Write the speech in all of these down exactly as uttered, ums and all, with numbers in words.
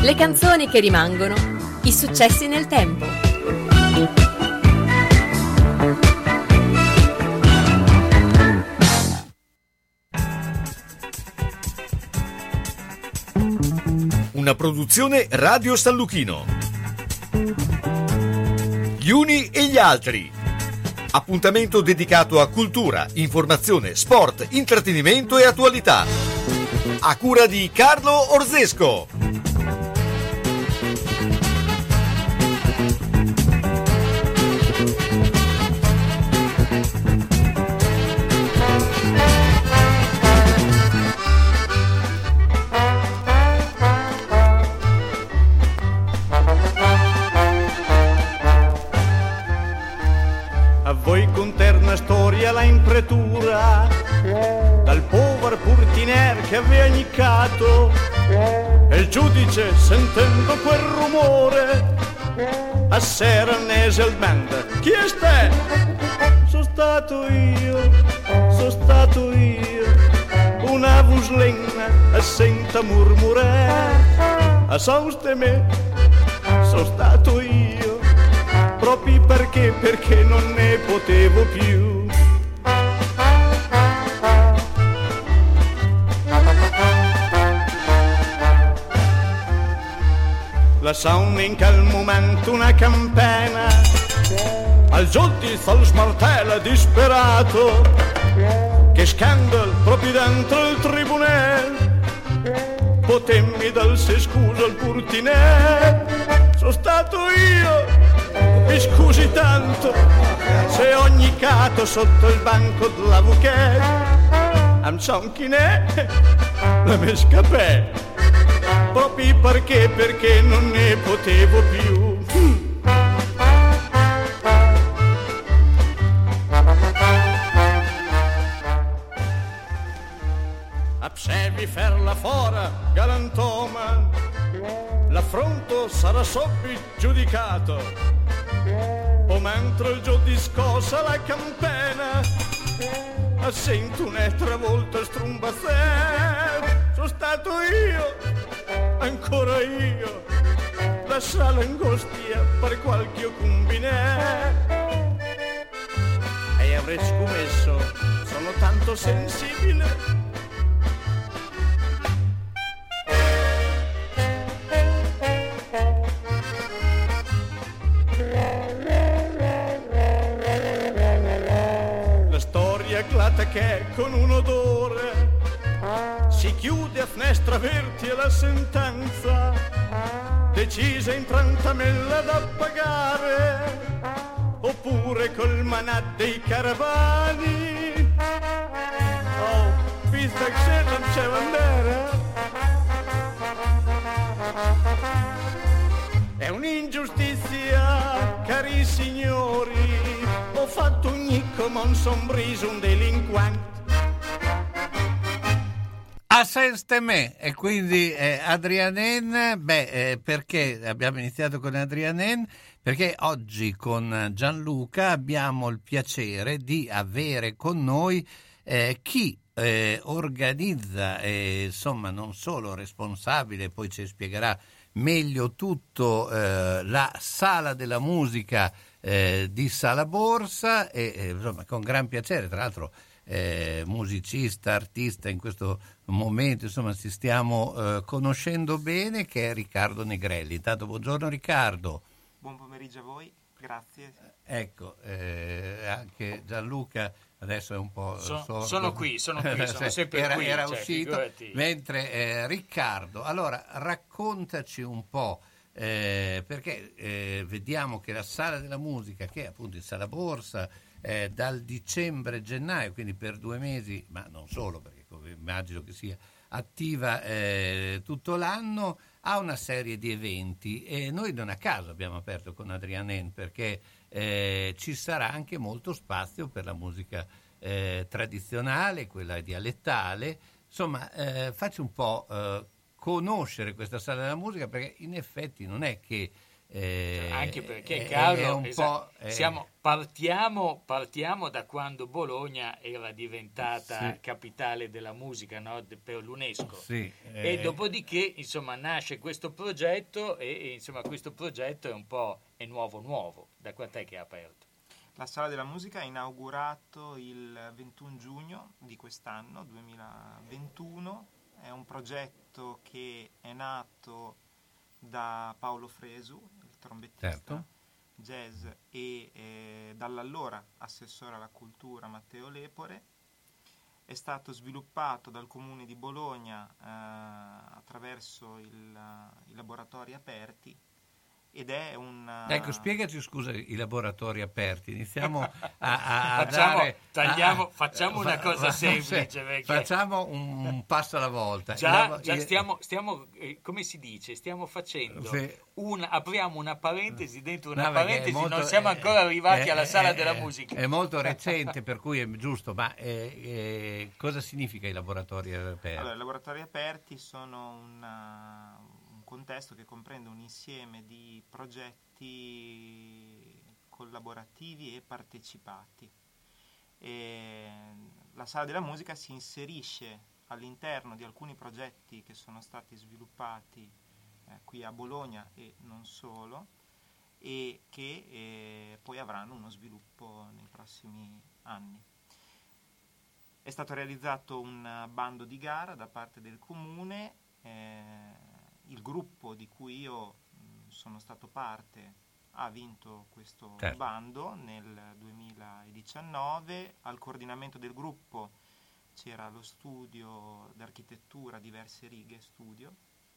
Le canzoni che rimangono, i successi nel tempo. Una produzione Radio San Luchino. Gli uni e gli altri. Appuntamento dedicato a cultura, informazione, sport, intrattenimento e attualità. A cura di Carlo Orzesco. A voi conterna storia la impretura dal povero purtiner che aveva niccato, e il giudice sentendo quel rumore a sera nese il band: chi è ste? Sono stato io, sono stato io, una vuslina a senta murmurare, a sauste me, sono stato io, proprio perché, perché non ne potevo più. La sauna in quel momento una campana, al giudice al smartella disperato, che scandalo proprio dentro il tribunale, potemmi dal se scusa al purtinè, sono stato io, mi scusi tanto, se ho niccato sotto il banco dell'avvocato, am son chi n'è, la me scappè, proprio perché, perché non ne potevo più. Absevi ferla fora, galantoma, l'affronto sarà soppi giudicato, o mentre il giudice scossa la campana, sento un'altra volta strumbazzare, sono stato io, ancora io, la sala angostia per qualche cumbinè, e avrei scommesso, sono tanto sensibile. Che con un odore si chiude a finestra verti e la sentenza decisa in trentamila da pagare, oppure col manà dei caravani. Oh, visto che non c'è bandera, è un'ingiustizia, cari signori, ho fatto un nicco, ma un sombriso, un delinquente. A seste me, e quindi eh, Adrianen, beh, eh, perché abbiamo iniziato con Adrianen? Perché oggi con Gianluca abbiamo il piacere di avere con noi eh, chi eh, organizza, eh, insomma non solo responsabile, poi ci spiegherà meglio tutto, eh, la Sala della Musica eh, di Sala Borsa, e eh, insomma con gran piacere, tra l'altro eh, musicista, artista in questo momento, insomma ci stiamo eh, conoscendo bene, che è Riccardo Negrelli. Intanto buongiorno Riccardo. Buon pomeriggio a voi, grazie. Ecco, eh, anche Gianluca adesso è un po' So, sordo. Sono qui, sono qui, sono sempre era, qui. Era cioè, uscito, figurati. mentre eh, Riccardo, allora raccontaci un po', eh, perché eh, vediamo che la Sala della Musica, che è appunto in Sala Borsa, eh, dal dicembre-gennaio, quindi per due mesi, ma non solo, perché immagino che sia attiva eh, tutto l'anno, ha una serie di eventi, e noi non a caso abbiamo aperto con Adrianen, perché eh, ci sarà anche molto spazio per la musica eh, tradizionale, quella dialettale. Insomma, eh, facci un po' eh, conoscere questa Sala della Musica, perché in effetti non è che Eh, Anche perché, è, Carlo, è un esatto, po', eh, siamo, partiamo, partiamo da quando Bologna era diventata sì. capitale della musica, no? Per l'UNESCO. Sì, e eh, dopodiché, insomma, nasce questo progetto e, e, insomma, questo progetto è un po' è nuovo nuovo. Da quant'è che è aperto? La Sala della Musica è inaugurato il ventuno giugno di quest'anno, duemilaventuno. È un progetto che è nato da Paolo Fresu, il trombettista certo. jazz, e eh, dall'allora assessore alla cultura Matteo Lepore. È stato sviluppato dal Comune di Bologna eh, attraverso il, i laboratori aperti ed è un... Ecco, spiegaci, scusa, i laboratori aperti. Iniziamo a, a, a facciamo, dare... tagliamo, a, facciamo una fa, cosa fa, semplice. Perché facciamo un, un passo alla volta. Già, Il, già il, stiamo, stiamo eh, come si dice, stiamo facendo, sì. un, apriamo una parentesi dentro una No, parentesi, molto, non siamo ancora arrivati è, alla sala è, della è, musica. È molto recente, per cui è giusto, ma eh, eh, cosa significa i laboratori aperti? Allora, i laboratori aperti sono una, un contesto che comprende un insieme di progetti collaborativi e partecipati. E la Sala della Musica si inserisce all'interno di alcuni progetti che sono stati sviluppati eh, qui a Bologna e non solo, e che eh, poi avranno uno sviluppo nei prossimi anni. È stato realizzato un bando di gara da parte del Comune, eh, il gruppo di cui io mh, sono stato parte ha vinto questo certo. bando nel duemiladiciannove. Al coordinamento del gruppo c'era lo studio d'architettura Diverse Righe Studio,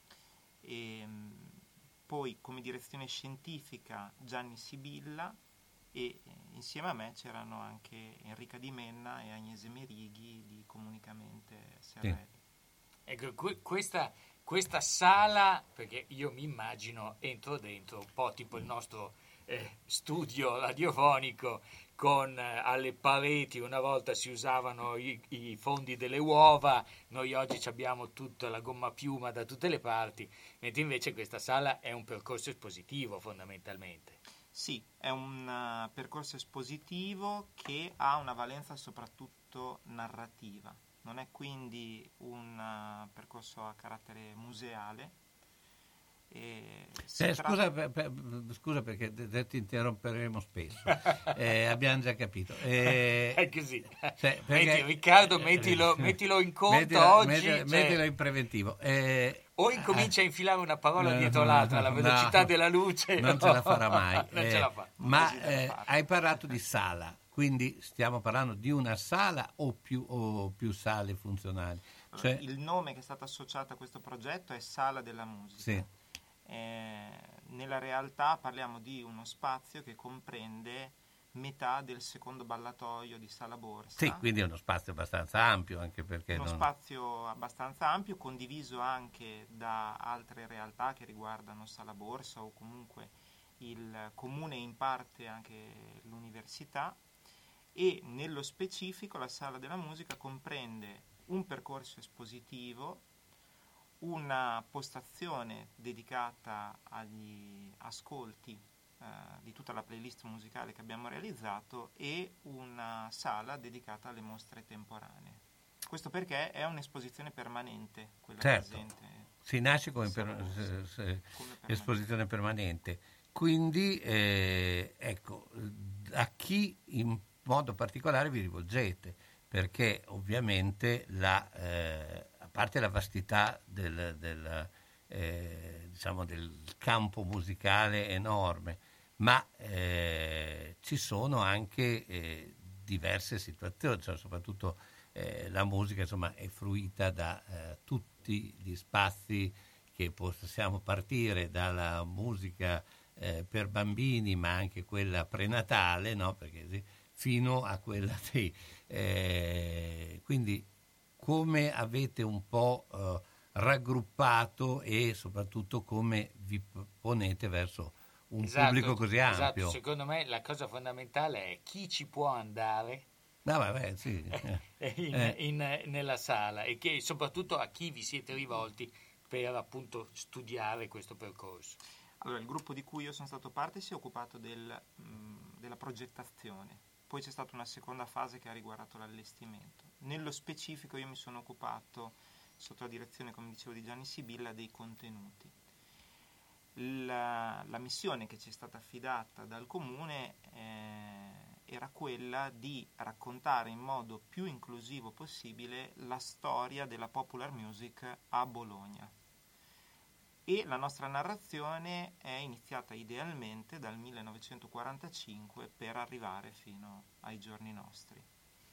e mh, poi come direzione scientifica Gianni Sibilla, e eh, insieme a me c'erano anche Enrica Di Menna e Agnese Merighi di Comunicamente S R L. Sì. Ecco, que- questa, questa sala, perché io mi immagino, entro dentro, un po' tipo il nostro eh, studio radiofonico, con eh, alle pareti una volta si usavano i, i fondi delle uova, noi oggi abbiamo tutta la gomma piuma da tutte le parti, mentre invece questa sala è un percorso espositivo fondamentalmente. Sì, è un uh, percorso espositivo che ha una valenza soprattutto narrativa. Non è quindi un uh, percorso a carattere museale. E eh, tratta... scusa, per, per, scusa perché te, ti interromperemo spesso, eh, abbiamo già capito. Eh, è così. Cioè, perché, Metti, Riccardo, mettilo, eh, mettilo in conto mettila, oggi. Mettila, cioè... mettilo in preventivo. Eh, o incomincia a infilare una parola no, dietro l'altra, alla velocità no, della luce. Non no. ce la farà mai. non eh, ce la fa. Ma eh, hai parlato di sala, quindi stiamo parlando di una sala o più, o più sale funzionali? Cioè... Il nome che è stato associato a questo progetto è Sala della Musica. Sì. Eh, nella realtà parliamo di uno spazio che comprende metà del secondo ballatoio di Sala Borsa. Sì, quindi è uno spazio abbastanza ampio, anche perché uno non... spazio abbastanza ampio, condiviso anche da altre realtà che riguardano Sala Borsa o comunque il comune, in parte anche l'università, e nello specifico la Sala della Musica comprende un percorso espositivo, una postazione dedicata agli ascolti eh, di tutta la playlist musicale che abbiamo realizzato e una sala dedicata alle mostre temporanee. Questo perché è un'esposizione permanente, quella certo. presente. Si nasce come, per, se, se, come esposizione permanente. Quindi, eh, ecco, a chi in modo particolare vi rivolgete? Perché ovviamente la... Eh, a parte la vastità del, del, eh, diciamo del campo musicale enorme, ma eh, ci sono anche eh, diverse situazioni, cioè soprattutto eh, la musica insomma è fruita da eh, tutti gli spazi che possiamo partire dalla musica eh, per bambini, ma anche quella prenatale, no? Perché, sì, fino a quella dei... Eh, quindi come avete un po' eh, raggruppato e soprattutto come vi ponete verso un esatto, pubblico così ampio? Esatto, secondo me la cosa fondamentale è chi ci può andare ah, vabbè, sì. in, eh. in, nella sala e che soprattutto a chi vi siete rivolti per appunto studiare questo percorso. Allora, il gruppo di cui io sono stato parte si è occupato del, mh, della progettazione, poi c'è stata una seconda fase che ha riguardato l'allestimento. Nello specifico io mi sono occupato, sotto la direzione, come dicevo, di Gianni Sibilla, dei contenuti. La, la missione che ci è stata affidata dal comune eh, era quella di raccontare in modo più inclusivo possibile la storia della popular music a Bologna. E la nostra narrazione è iniziata idealmente dal millenovecentoquarantacinque per arrivare fino ai giorni nostri.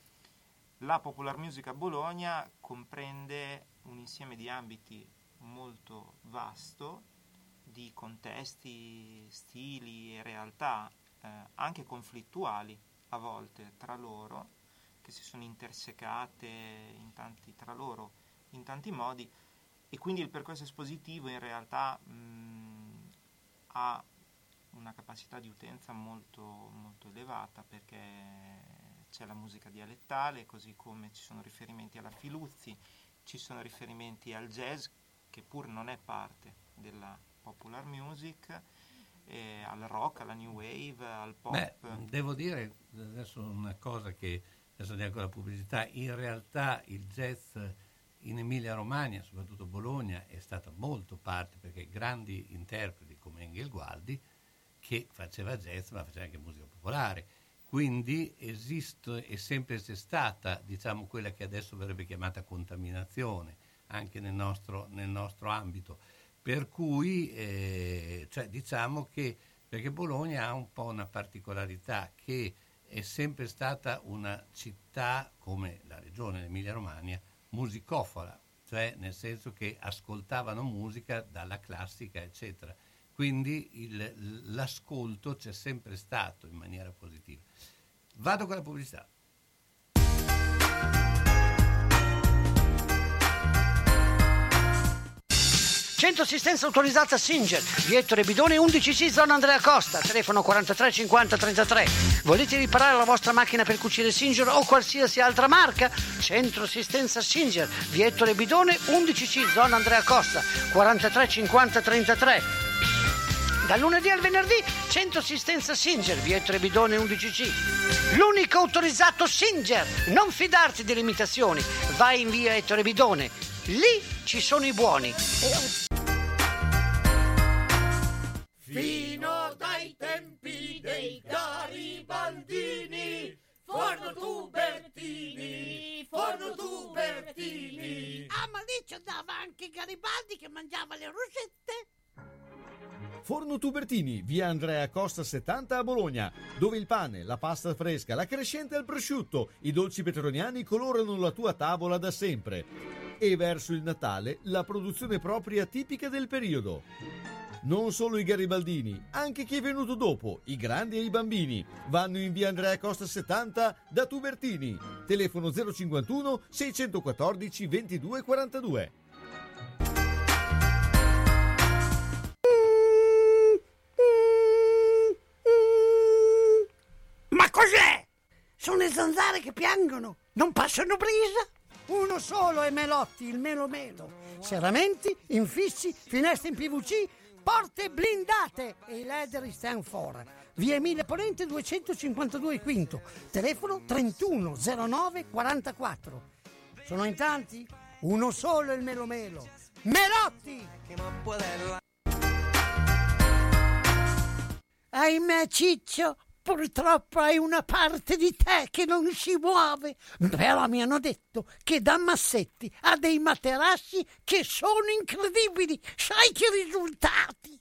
La popular music a Bologna comprende un insieme di ambiti molto vasto, di contesti, stili e realtà eh, anche conflittuali a volte tra loro, che si sono intersecate in tanti, tra loro in tanti modi. E quindi il percorso espositivo in realtà mh, ha una capacità di utenza molto, molto elevata, perché c'è la musica dialettale, così come ci sono riferimenti alla Filuzzi, ci sono riferimenti al jazz, che pur non è parte della popular music, eh, al rock, alla new wave, al pop. Beh, devo dire adesso una cosa che adesso dico la pubblicità, in realtà il jazz in Emilia Romagna, soprattutto Bologna, è stata molto parte, perché grandi interpreti come Engel Gualdi, che faceva jazz ma faceva anche musica popolare, quindi esiste, è sempre stata, diciamo, quella che adesso verrebbe chiamata contaminazione anche nel nostro, nel nostro ambito, per cui eh, cioè, diciamo che, perché Bologna ha un po' una particolarità, che è sempre stata una città, come la regione Emilia Romagna, musicofona, cioè nel senso che ascoltavano musica dalla classica eccetera, quindi il, l'ascolto c'è sempre stato in maniera positiva. Vado con la pubblicità. Centro assistenza autorizzata Singer, via Ettore Bidone undici C, zona Andrea Costa, telefono quarantatré cinquanta trentatré. Volete riparare la vostra macchina per cucire Singer o qualsiasi altra marca? Centro assistenza Singer, via Ettore Bidone undici C, zona Andrea Costa, quarantatré cinquanta trentatré. Dal lunedì al venerdì, centro assistenza Singer, via Ettore Bidone undici C. L'unico autorizzato Singer. Non fidarti delle imitazioni. Vai in via Ettore Bidone. Lì ci sono i buoni. Fino dai tempi dei Garibaldini, Forno Tubertini, Forno Tubertini. Ah, ma lì ci andava anche Garibaldi che mangiava le rosette. Forno Tubertini, via Andrea Costa settanta a Bologna, dove il pane, la pasta fresca, la crescente al prosciutto, i dolci petroniani colorano la tua tavola da sempre. E verso il Natale la produzione propria tipica del periodo. Non solo i garibaldini, anche chi è venuto dopo, i grandi e i bambini, vanno in via Andrea Costa settanta da Tubertini. Telefono zero cinquantuno seicentoquattordici ventidue quarantadue. Ma cos'è? Sono le zanzare che piangono, non passano brisa. Uno solo è Melotti, il Melo Melo. Serramenti, infissi, finestre in P V C, porte blindate e i leder stand for. Via Emilia Ponente duecentocinquantadue Quinto, telefono trentuno zero nove quarantaquattro. Sono in tanti? Uno solo è il Melo Melo. Melotti! Ahimè, Ciccio, purtroppo hai una parte di te che non si muove, però mi hanno detto che da Massetti ha dei materassi che sono incredibili. Sai che risultati?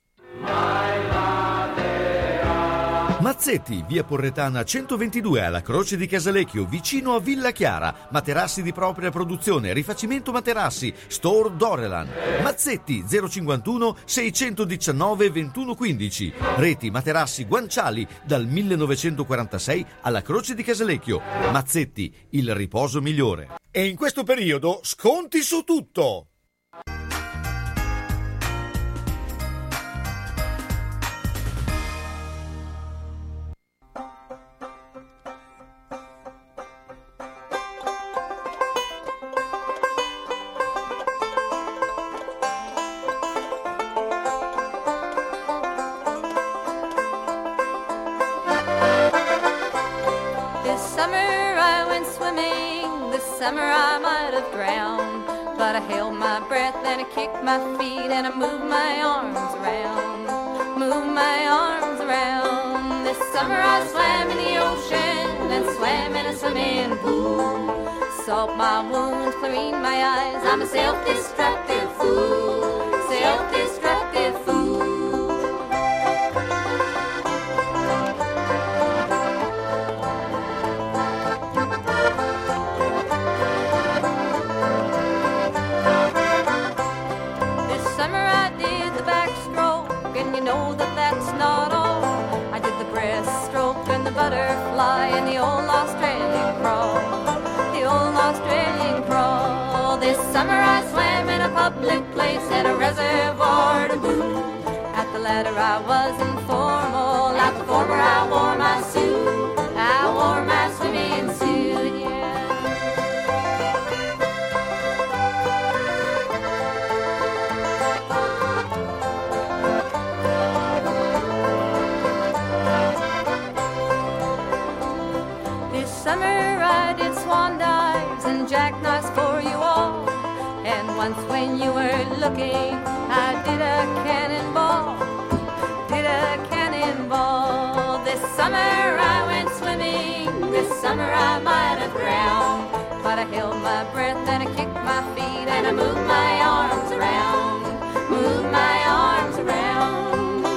Mazzetti, via Porretana centoventidue alla Croce di Casalecchio, vicino a Villa Chiara. Materassi di propria produzione, rifacimento materassi, Store Dorelan. Mazzetti zero cinquantuno seicentodiciannove ventuno quindici. Reti materassi guanciali dal millenovecentoquarantasei alla Croce di Casalecchio. Mazzetti, il riposo migliore. E in questo periodo sconti su tutto. summer I went swimming, this summer I might have drowned, but I held my breath and I kicked my feet and I moved my arms around, moved my arms around. This summer I swam in the ocean and swam in a swimming pool, salt my wounds, cleaned my eyes, I'm a self-destructive fool, self-destructive fool. Know that that's not all. I did the breaststroke and the butterfly and the old Australian crawl, the old Australian crawl. This summer I swam in a public place at a reservoir to boot. At the latter I was informal, at the former I wore my suit, I wore my swimming suit, yeah. Summer I did swan dives and jackknives for you all, and once when you were looking I did a cannonball, did a cannonball. This summer I went swimming, this summer I might have drowned, but I held my breath and I kicked my feet and I moved my arms around, moved my arms around.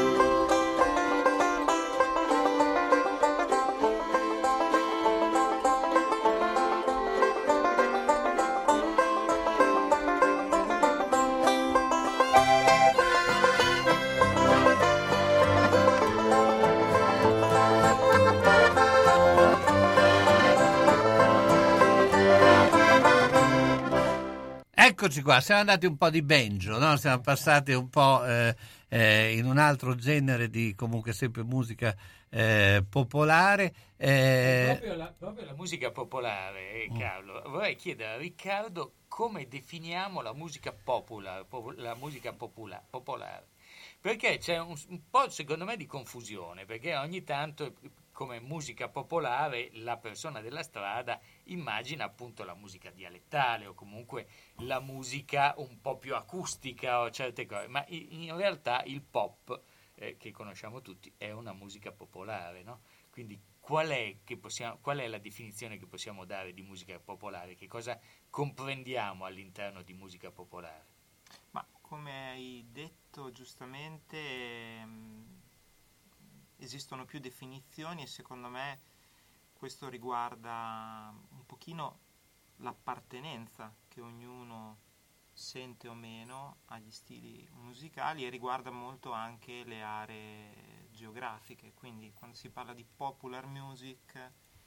Eccoci qua, siamo andati un po' di banjo, no? Siamo passati un po' eh, eh, in un altro genere di comunque sempre musica eh, popolare. Eh... Proprio, la, proprio la musica popolare, eh, Carlo. Vorrei chiedere a Riccardo come definiamo la musica popolare, la musica popola, popolare. Perché c'è un, un po' secondo me di confusione, perché ogni tanto come musica popolare la persona della strada immagina appunto la musica dialettale o comunque la musica un po' più acustica o certe cose, ma in realtà il pop eh, che conosciamo tutti è una musica popolare, no? Quindi qual è, che possiamo, qual è la definizione che possiamo dare di musica popolare? Che cosa comprendiamo all'interno di musica popolare? Ma come hai detto giustamente ehm, esistono più definizioni e secondo me questo riguarda un pochino l'appartenenza che ognuno sente o meno agli stili musicali e riguarda molto anche le aree geografiche, quindi quando si parla di popular music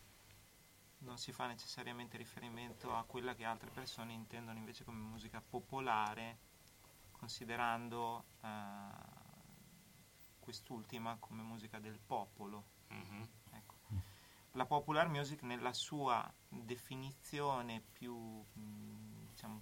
non si fa necessariamente riferimento a quella che altre persone intendono invece come musica popolare, considerando uh, quest'ultima come musica del popolo. Mm-hmm. Ecco. La popular music nella sua definizione più, mh, diciamo,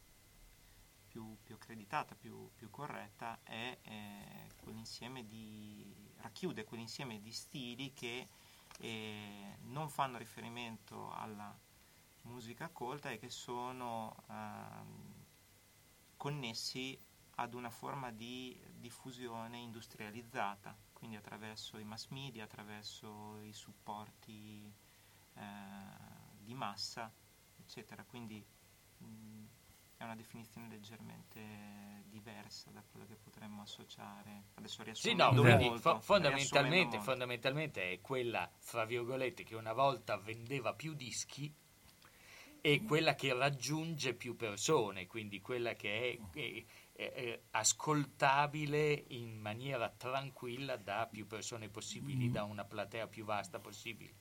più, più accreditata, più, più corretta, è, è quell'insieme di, racchiude quell'insieme di stili che eh, non fanno riferimento alla musica colta e che sono uh, connessi ad una forma di diffusione industrializzata, quindi attraverso i mass media, attraverso i supporti eh, di massa, eccetera. Quindi mh, è una definizione leggermente diversa da quella che potremmo associare. Adesso riassumendo sì, no, quindi molto, fo- fondamentalmente, molto. fondamentalmente è quella, fra virgolette, che una volta vendeva più dischi e quella che raggiunge più persone, quindi quella che è, è, è, è ascoltabile in maniera tranquilla da più persone possibili, mm. da una platea più vasta possibile.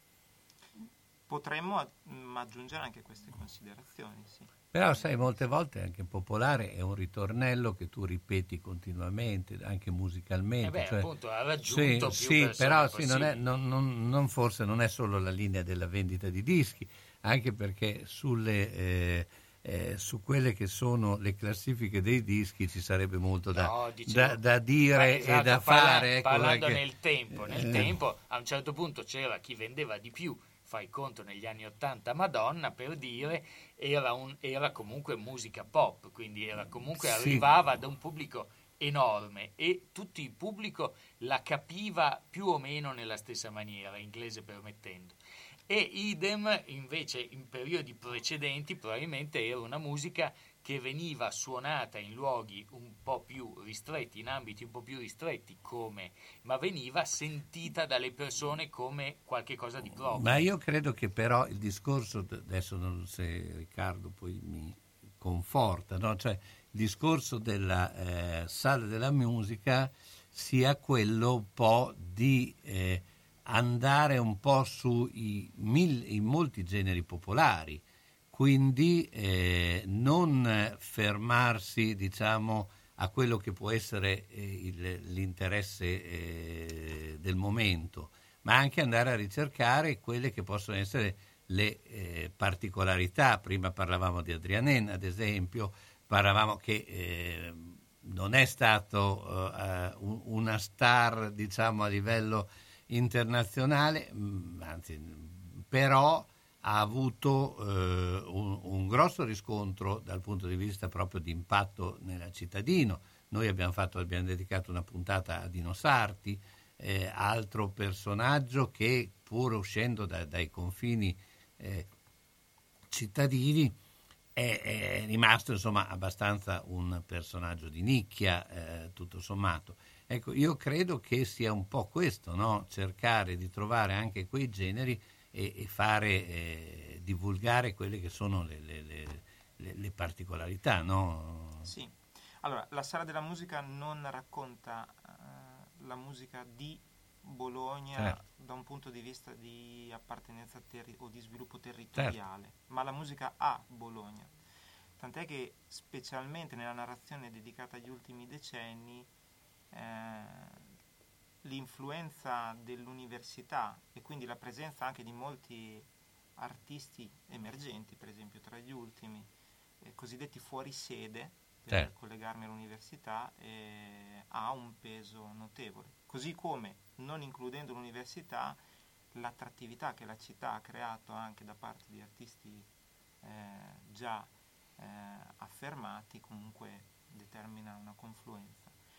Potremmo mh, aggiungere anche queste considerazioni, sì. Però sai, molte volte anche popolare è un ritornello che tu ripeti continuamente, anche musicalmente. Eh beh, cioè, appunto, ha raggiunto sì, più sì, persone però possibili. sì, non è, non, non, non forse non è solo la linea della vendita di dischi, anche perché sulle eh, eh, su quelle che sono le classifiche dei dischi ci sarebbe molto da, no, dicevo, da, da dire esatto, e da parla, fare. Ecco, parlando perché, nel tempo, nel eh, tempo a un certo punto c'era chi vendeva di più fai conto negli anni ottanta Madonna, per dire, era, un, era comunque musica pop, quindi era comunque Sì. arrivava da un pubblico enorme e tutto il pubblico la capiva più o meno nella stessa maniera, inglese permettendo. E idem invece in periodi precedenti probabilmente era una musica che veniva suonata in luoghi un po' più ristretti, in ambiti un po' più ristretti, come, ma veniva sentita dalle persone come qualche cosa di proprio. Ma io credo che però il discorso, adesso non so se Riccardo poi mi conforta, no? Cioè il discorso della eh, sala della musica sia quello un po' di eh, andare un po' sui mil, in molti generi popolari, quindi eh, non fermarsi, diciamo, a quello che può essere eh, il, l'interesse eh, del momento, ma anche andare a ricercare quelle che possono essere le eh, particolarità. Prima parlavamo di Adrianen, ad esempio, parlavamo che eh, non è stato eh, una star, diciamo, a livello internazionale, mh, anzi, però ha avuto eh, un, un grosso riscontro dal punto di vista proprio di impatto nel cittadino. Noi abbiamo fatto, abbiamo dedicato una puntata a Dino Sarti, eh, altro personaggio che pur uscendo da, dai confini eh, cittadini è, è rimasto insomma abbastanza un personaggio di nicchia, eh, tutto sommato. Ecco, io credo che sia un po' questo, no? Cercare di trovare anche quei generi e, e fare eh, divulgare quelle che sono le, le, le, le, le particolarità, no? Sì. Allora, la Sala della Musica non racconta uh, la musica di Bologna, certo, da un punto di vista di appartenenza terri- o di sviluppo territoriale, certo, ma la musica a Bologna. Tant'è che specialmente nella narrazione dedicata agli ultimi decenni eh, l'influenza dell'università e quindi la presenza anche di molti artisti emergenti, per esempio tra gli ultimi, eh, cosiddetti fuori sede, per certo, collegarmi all'università, eh, ha un peso notevole. Così come, non includendo l'università, l'attrattività che la città ha creato anche da parte di artisti eh, già eh, affermati, comunque determina una confluenza.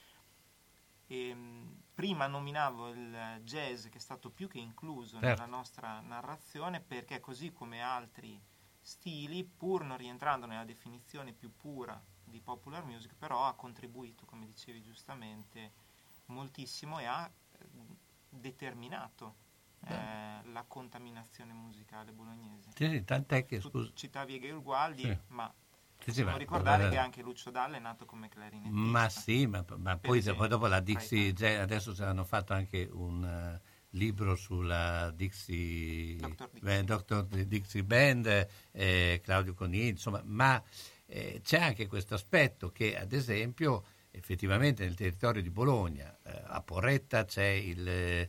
E, mh, prima nominavo il jazz, che è stato più che incluso certo, nella nostra narrazione, perché così come altri stili, pur non rientrando nella definizione più pura di popular music, però ha contribuito, come dicevi giustamente, moltissimo e ha eh, determinato eh, la contaminazione musicale bolognese. Sì, sì, tant'è che, tu scusa, citavi Eghe Ugualdi, sì, ma sì, sì, possiamo ma, ricordare ma, che anche Lucio Dalla è nato come clarinettista. Ma sì, ma, ma poi, esempio, poi dopo la Dixie, Jazz, adesso hanno fatto anche un uh, libro sulla Dixie, doctor Dixie, eh, doctor Dixie Band, eh, Claudio Conigli, insomma, ma eh, c'è anche questo aspetto che, ad esempio, effettivamente nel territorio di Bologna, eh, a Porretta c'è il,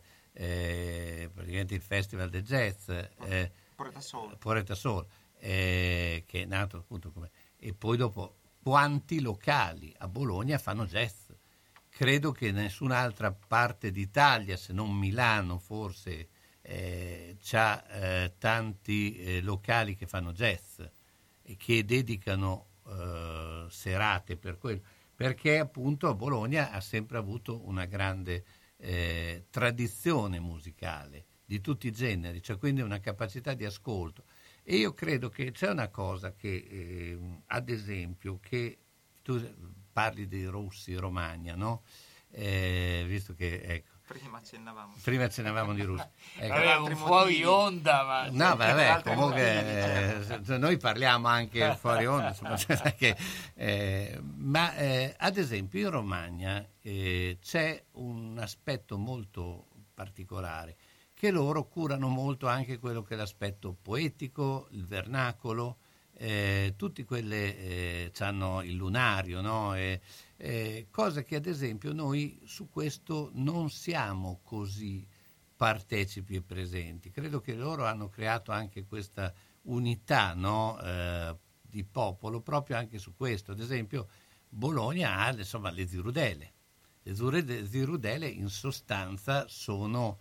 eh, praticamente il Festival del Jazz, eh, Porretta Soul, Porretta Soul eh, che è nato appunto come... E poi dopo, quanti locali a Bologna fanno jazz? Credo che nessun'altra parte d'Italia, se non Milano forse, eh, c'ha eh, tanti eh, locali che fanno jazz e che dedicano eh, serate per quello, perché appunto Bologna ha sempre avuto una grande eh, tradizione musicale di tutti i generi, cioè quindi una capacità di ascolto. E io credo che c'è una cosa che, eh, ad esempio, che tu parli dei Russi, Romagna, no? Eh, visto che, ecco, prima accennavamo, prima accennavamo di Russi. Ecco. Vabbè, un fuori onda, ma... No, vabbè, comunque eh, noi parliamo anche fuori onda, insomma, cioè che, eh, ma eh, ad esempio in Romagna eh, c'è un aspetto molto particolare, che loro curano molto anche quello che è l'aspetto poetico, il vernacolo, eh, tutti quelle eh, hanno il lunario, no? E, eh, cose che ad esempio noi su questo non siamo così partecipi e presenti. Credo che loro hanno creato anche questa unità, no? eh, di popolo proprio anche su questo. Ad esempio Bologna ha insomma le zirudele. Le zirudele in sostanza sono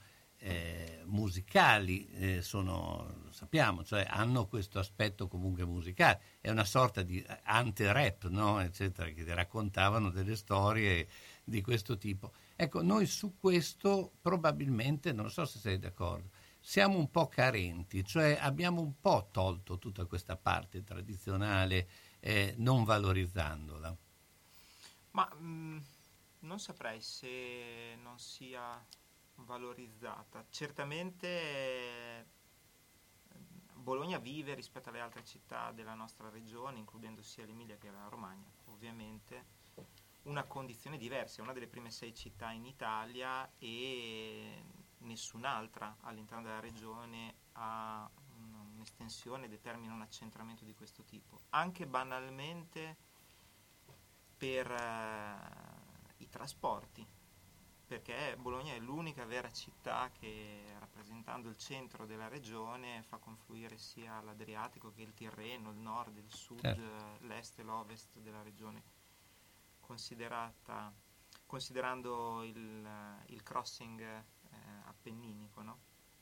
eh, musicali eh, sono, sappiamo, cioè hanno questo aspetto comunque musicale, è una sorta di anti-rap, no? Eccetera, che ti raccontavano delle storie di questo tipo. Ecco, noi su questo probabilmente, non so se sei d'accordo, siamo un po' carenti, cioè abbiamo un po' tolto tutta questa parte tradizionale eh, non valorizzandola. Ma mh, non saprei se non sia valorizzata. Certamente eh, Bologna vive rispetto alle altre città della nostra regione, includendo sia l'Emilia che la Romagna, ovviamente, una condizione diversa. È una delle prime sei città in Italia e nessun'altra all'interno della regione ha un'estensione, determina un accentramento di questo tipo. Anche banalmente per uh, i trasporti, perché Bologna è l'unica vera città che, rappresentando il centro della regione, fa confluire sia l'Adriatico che il Tirreno, il nord, il sud, certo. l'est e l'ovest della regione, considerata, considerando il, il crossing eh, appenninico, no?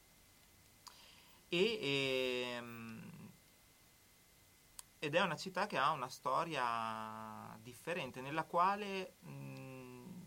E, e, ed è una città che ha una storia differente, nella quale mh,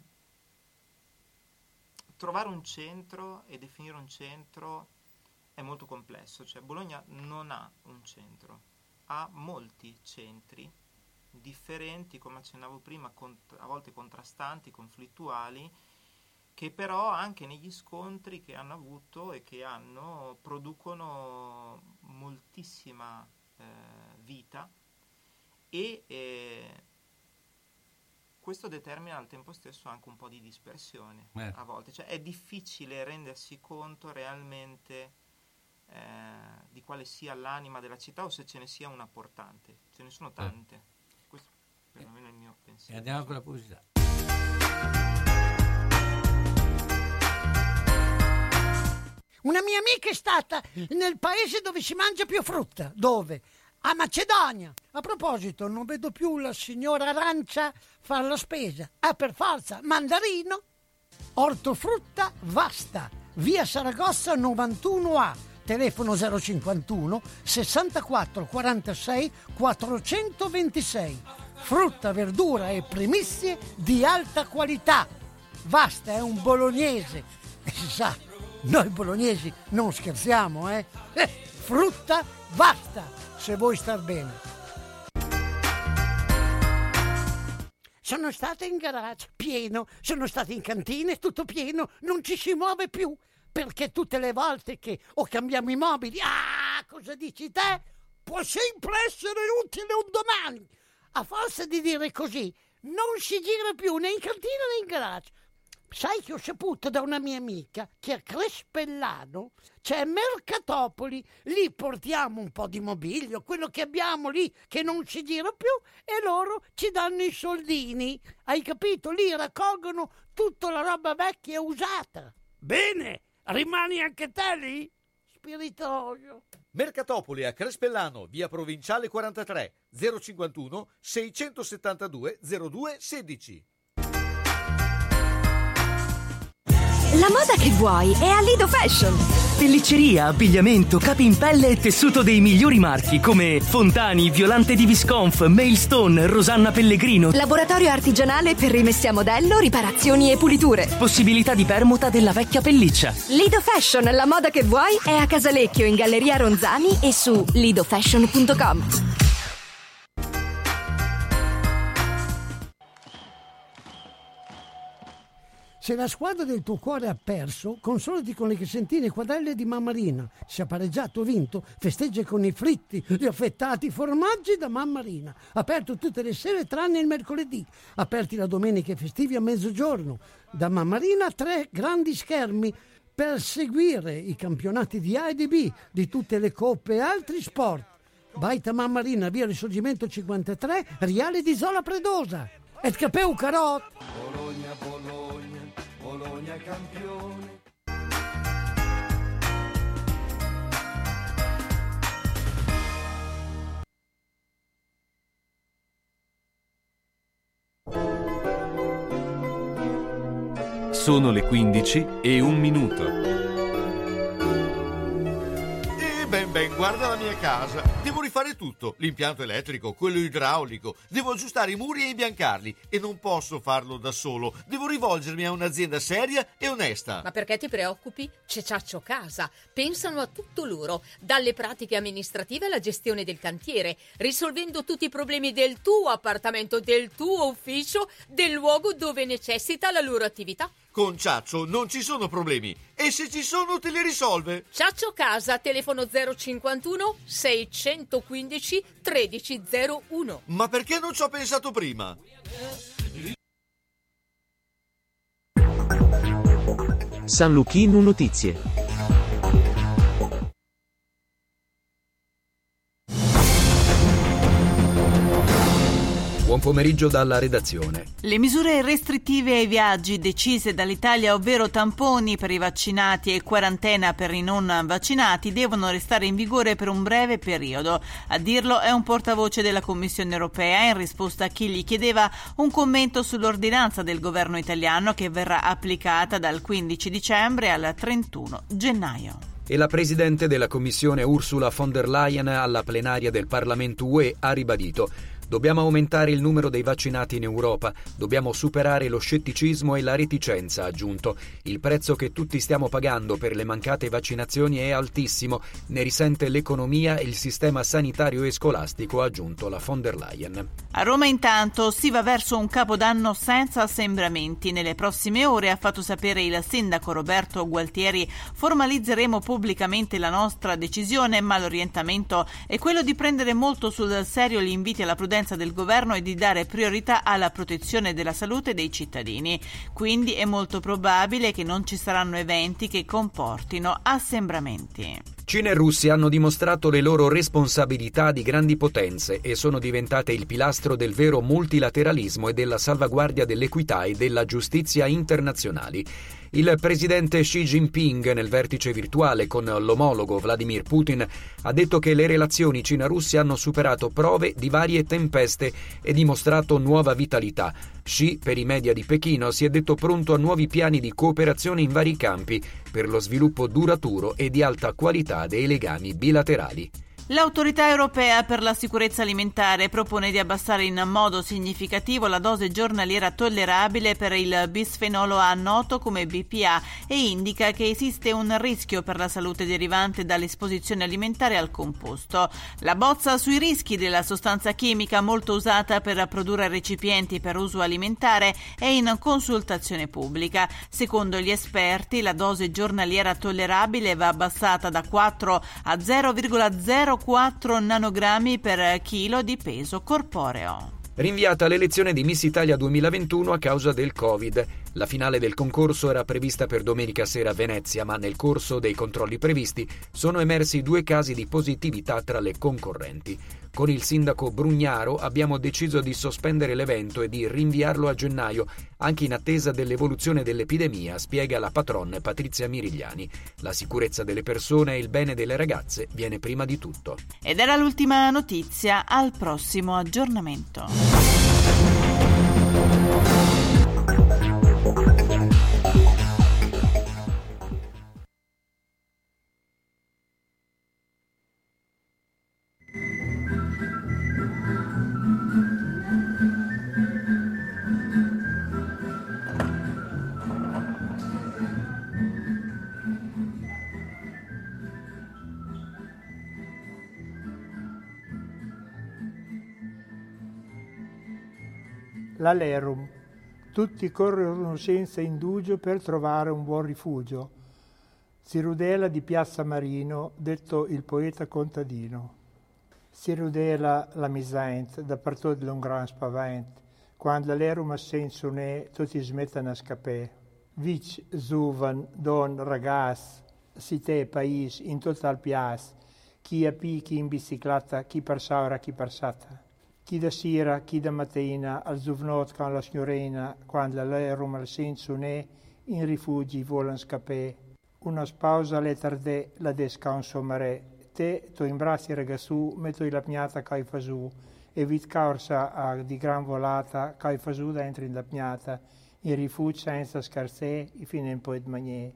trovare un centro e definire un centro è molto complesso. Cioè Bologna non ha un centro, ha molti centri differenti, come accennavo prima, cont- a volte contrastanti, conflittuali, che però anche negli scontri che hanno avuto e che hanno producono moltissima eh, vita e eh, questo determina al tempo stesso anche un po' di dispersione eh. a volte, cioè è difficile rendersi conto realmente eh, di quale sia l'anima della città o se ce ne sia una portante. Ce ne sono tante, eh. questo perlomeno è il mio pensiero. E andiamo con la pubblicità. Una mia amica è stata nel paese dove si mangia più frutta. Dove? A Macedonia. A proposito, non vedo più la signora Arancia fare la spesa. Ah, per forza, mandarino. Ortofrutta Vasta, via Saragossa novantuno A, telefono zero cinquantuno sessantaquattro quarantasei quattrocentoventisei. Frutta, verdura e primizie di alta qualità. Vasta è un bolognese. E si sa, noi bolognesi non scherziamo, eh? eh frutta Vasta, se vuoi star bene. Sono stata in garage, pieno, sono stata in cantina, tutto pieno, non ci si muove più, perché tutte le volte che o cambiamo i mobili, ah, cosa dici te? Può sempre essere utile un domani. A forza di dire così, non si gira più né in cantina né in garage. Sai che ho saputo da una mia amica che a Crespellano c'è Mercatopoli, lì portiamo un po' di mobilio, quello che abbiamo lì che non si gira più e loro ci danno i soldini, hai capito? Lì raccolgono tutta la roba vecchia e usata. Bene, rimani anche te lì? Spiritoso. Mercatopoli a Crespellano, via Provinciale quarantatré, zero cinquantuno seicentosettantadue zero due sedici. La moda che vuoi è a Lido Fashion. Pellicceria, abbigliamento, capi in pelle e tessuto dei migliori marchi come Fontani, Violante di Visconf, Mailstone, Rosanna Pellegrino. Laboratorio artigianale per rimessi a modello, riparazioni e puliture. Possibilità di permuta della vecchia pelliccia. Lido Fashion, la moda che vuoi è a Casalecchio in Galleria Ronzani e su lido fashion punto com. Se la squadra del tuo cuore ha perso, consolati con le crescentine quadrelle di Mammarina. Se ha pareggiato o vinto, festeggia con i fritti, gli affettati formaggi da Mammarina. Aperto tutte le sere tranne il mercoledì. Aperti la domenica e festivi a mezzogiorno. Da Mammarina tre grandi schermi per seguire i campionati di A e di B, di tutte le coppe e altri sport. Baita Mammarina, via Risorgimento cinquantatré, Riale di Zola Predosa. Et capeu carot! Bologna, Bologna, Bologna campione. Sono le quindici e un minuto. Guarda la mia casa, devo rifare tutto, l'impianto elettrico, quello idraulico, devo aggiustare i muri e imbiancarli e non posso farlo da solo, devo rivolgermi a un'azienda seria e onesta. Ma perché ti preoccupi? C'è Ciaccio Casa, pensano a tutto loro, dalle pratiche amministrative alla gestione del cantiere, risolvendo tutti i problemi del tuo appartamento, del tuo ufficio, del luogo dove necessita la loro attività. Con Ciaccio non ci sono problemi e se ci sono te li risolve. Ciaccio Casa, telefono zero cinquantuno seicentoquindici tredici zero uno. Ma perché non ci ho pensato prima? San Luchino Notizie. Buon pomeriggio dalla redazione. Le misure restrittive ai viaggi decise dall'Italia, ovvero tamponi per i vaccinati e quarantena per i non vaccinati, devono restare in vigore per un breve periodo. A dirlo è un portavoce della Commissione europea in risposta a chi gli chiedeva un commento sull'ordinanza del governo italiano che verrà applicata dal quindici dicembre al trentuno gennaio. E la presidente della Commissione Ursula von der Leyen alla plenaria del Parlamento U E ha ribadito: dobbiamo aumentare il numero dei vaccinati in Europa, dobbiamo superare lo scetticismo e la reticenza, ha aggiunto. Il prezzo che tutti stiamo pagando per le mancate vaccinazioni è altissimo, ne risente l'economia e il sistema sanitario e scolastico, ha aggiunto la von der Leyen. A Roma intanto si va verso un capodanno senza assembramenti. Nelle prossime ore, ha fatto sapere il sindaco Roberto Gualtieri, formalizzeremo pubblicamente la nostra decisione, ma l'orientamento è quello di prendere molto sul serio gli inviti alla prudenza del governo e di dare priorità alla protezione della salute dei cittadini. Quindi è molto probabile che non ci saranno eventi che comportino assembramenti. Cina e Russia hanno dimostrato le loro responsabilità di grandi potenze e sono diventate il pilastro del vero multilateralismo e della salvaguardia dell'equità e della giustizia internazionali. Il presidente Xi Jinping, nel vertice virtuale con l'omologo Vladimir Putin, ha detto che le relazioni Cina-Russia hanno superato prove di varie tempeste e dimostrato nuova vitalità. Xi, per i media di Pechino, si è detto pronto a nuovi piani di cooperazione in vari campi per lo sviluppo duraturo e di alta qualità dei legami bilaterali. L'Autorità europea per la sicurezza alimentare propone di abbassare in modo significativo la dose giornaliera tollerabile per il bisfenolo A, noto come B P A, e indica che esiste un rischio per la salute derivante dall'esposizione alimentare al composto. La bozza sui rischi della sostanza chimica molto usata per produrre recipienti per uso alimentare è in consultazione pubblica. Secondo gli esperti, la dose giornaliera tollerabile va abbassata da quattro a zero virgola zero quattro nanogrammi per chilo di peso corporeo. Rinviata l'elezione di Miss Italia duemilaventuno a causa del Covid. La finale del concorso era prevista per domenica sera a Venezia, ma nel corso dei controlli previsti sono emersi due casi di positività tra le concorrenti. Con il sindaco Brugnaro abbiamo deciso di sospendere l'evento e di rinviarlo a gennaio, anche in attesa dell'evoluzione dell'epidemia, spiega la patron Patrizia Mirigliani. La sicurezza delle persone e il bene delle ragazze viene prima di tutto. Ed era l'ultima notizia, al prossimo aggiornamento. L'Alerum. Tutti corrono senza indugio per trovare un buon rifugio. Sirudela di Piazza Marino, detto il poeta contadino. Sirudela la misaint, da parto di un gran spavent, quando l'Alerum a senso ne, tutti smettono a scapare. Vic, zuvan, don, ragaz, cité, país, in total piaz, chi a pi, chi in bicicletta, chi per saura, chi per sata. Chi da sera, chi da mattina, al zuvnot con la signorina, quando l'Alerum al senso ne, in rifugi volan scappare. Una spausa le tardè, la descanso mare. Te, to imbrassi ragazzù, metto la pgnata che hai fasù, e vit corsa a di gran volata, che hai fasù dentro in la pgnata, in rifugi senza scarsè, e fino in poi di manier.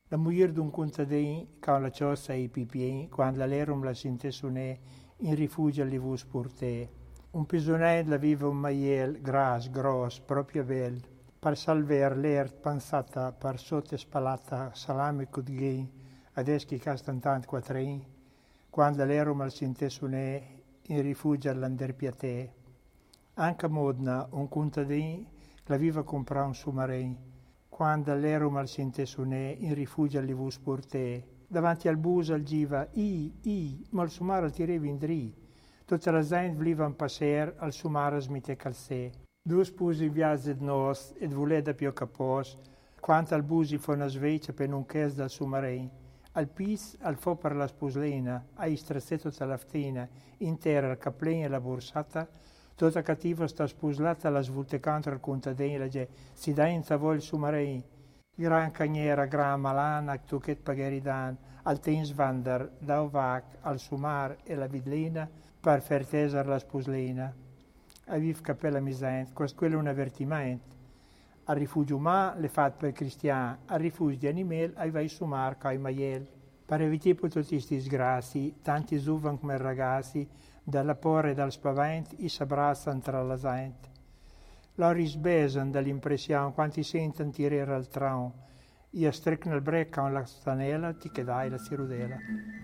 La moglie d'un contadin che la ciossa ai pipien quando l'erum la sente sunè in rifugio alle vus purtè. Un pisonello aveva un maiel gras, gros, proprio bel, per salver l'air pensata per sotto spalata salame cudghin, adesso che stantant quattrin, quando l'erum la sente sunè in rifugio all'anderpiatè. Anche a Modena un contadin l'aveva comprato un submarino, quando l'erum al sente sunè in rifugio alle vus purtè. Davanti al bus al giva, i, i, ma il sumare al tireva in dri. Tutta la gente vliva un passer al sumare smite calzè. Due sposi in viaggio di nos ed voleda più capos, quanto al busi fa una sveccia per un ches dal submarino. Al pis, al fo per la sposlena, a istrazzetto talaftina, intera al caplin e la borsata, tutta cattiva sta sposlata alla svolte contro il contadino, la gente si dà in tavò il submarino. Gran cagnera, gran malana, tuchet pagheridan, al tensvander, dauvac, al sumar e la vidlina, per fer teser la sposlina. Aviv capella misent, questo quello è un avvertimento. Al rifugio umano le fat per cristian, al rifugio di animali ai vai sumar coi maiel. Per evitare tutti questi sgrassi, tanti zuvan come ragazzi, dalla porra e dal spavento, i s'abbracciano tra la gente. Loro sbesano dall'impressione, quanti sentono tirare al tron, io strecco nel brecca con la stanella, ti che dai la cirudela.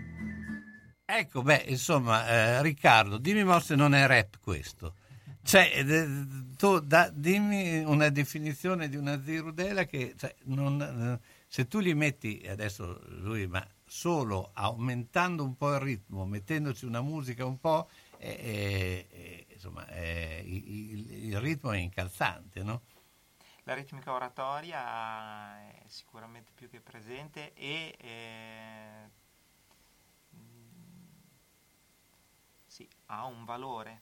Ecco, beh, insomma, eh, Riccardo, dimmi mo se non è rap questo. Cioè, eh, tu da, dimmi una definizione di una zirudela che, cioè, non, eh, se tu li metti, adesso lui, ma solo aumentando un po' il ritmo, mettendoci una musica un po', eh, eh, insomma, eh, il, il ritmo è incalzante, no? La ritmica oratoria è sicuramente più che presente e eh, sì, ha un valore.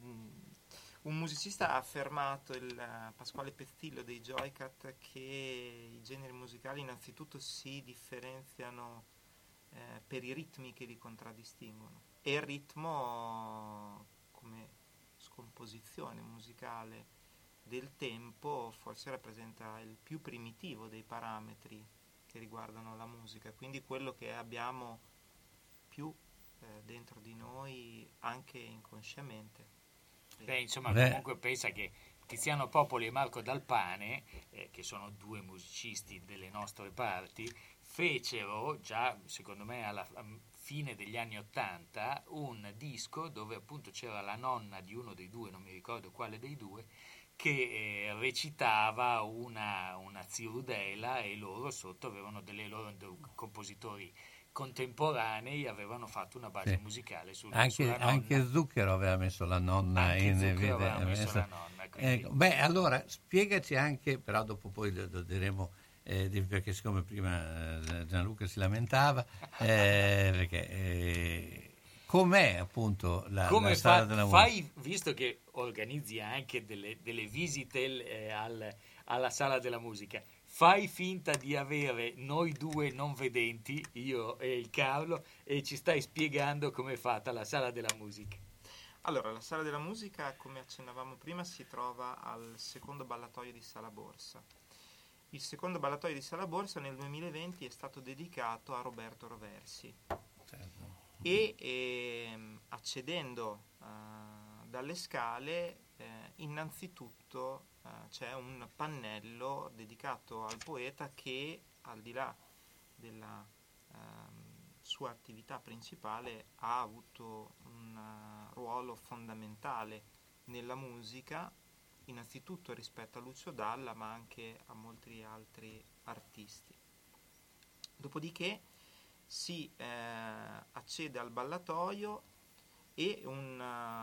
Un musicista ha affermato, il Pasquale Pezzillo dei Joycat, che i generi musicali innanzitutto si differenziano eh, per i ritmi che li contraddistinguono, e il ritmo come scomposizione musicale del tempo forse rappresenta il più primitivo dei parametri che riguardano la musica, quindi quello che abbiamo più eh, dentro di noi anche inconsciamente. Beh, insomma, Beh. comunque pensa che Tiziano Popoli e Marco Dalpane, eh, che sono due musicisti delle nostre parti, fecero già, secondo me, alla fine degli anni Ottanta un disco dove appunto c'era la nonna di uno dei due, non mi ricordo quale dei due, che eh, recitava una, una zirudela, e loro sotto avevano delle loro compositori contemporanei, avevano fatto una base sì. musicale sul, anche, sulla nonna. Anche Zucchero aveva messo la nonna anche in Zucchero vede, aveva messo messo... la nonna, quindi... ecco, beh, allora spiegaci anche, però dopo poi lo, lo diremo, eh, perché siccome prima eh, Gianluca si lamentava, eh, perché eh, com'è appunto la, Come la sala fa, della fai, musica? visto che organizzi anche delle, delle visite eh, al, alla sala della musica, fai finta di avere noi due non vedenti, io e il Carlo, e ci stai spiegando come è fatta la sala della musica. Allora, la sala della musica, come accennavamo prima, si trova al secondo ballatoio di Sala Borsa. Il secondo ballatoio di Sala Borsa nel duemilaventi è stato dedicato a Roberto Roversi. Certo. E ehm, accedendo uh, dalle scale, eh, innanzitutto uh, c'è un pannello dedicato al poeta che, al di là della uh, sua attività principale, ha avuto un uh, ruolo fondamentale nella musica, innanzitutto rispetto a Lucio Dalla, ma anche a molti altri artisti. Dopodiché si eh, accede al ballatoio e un,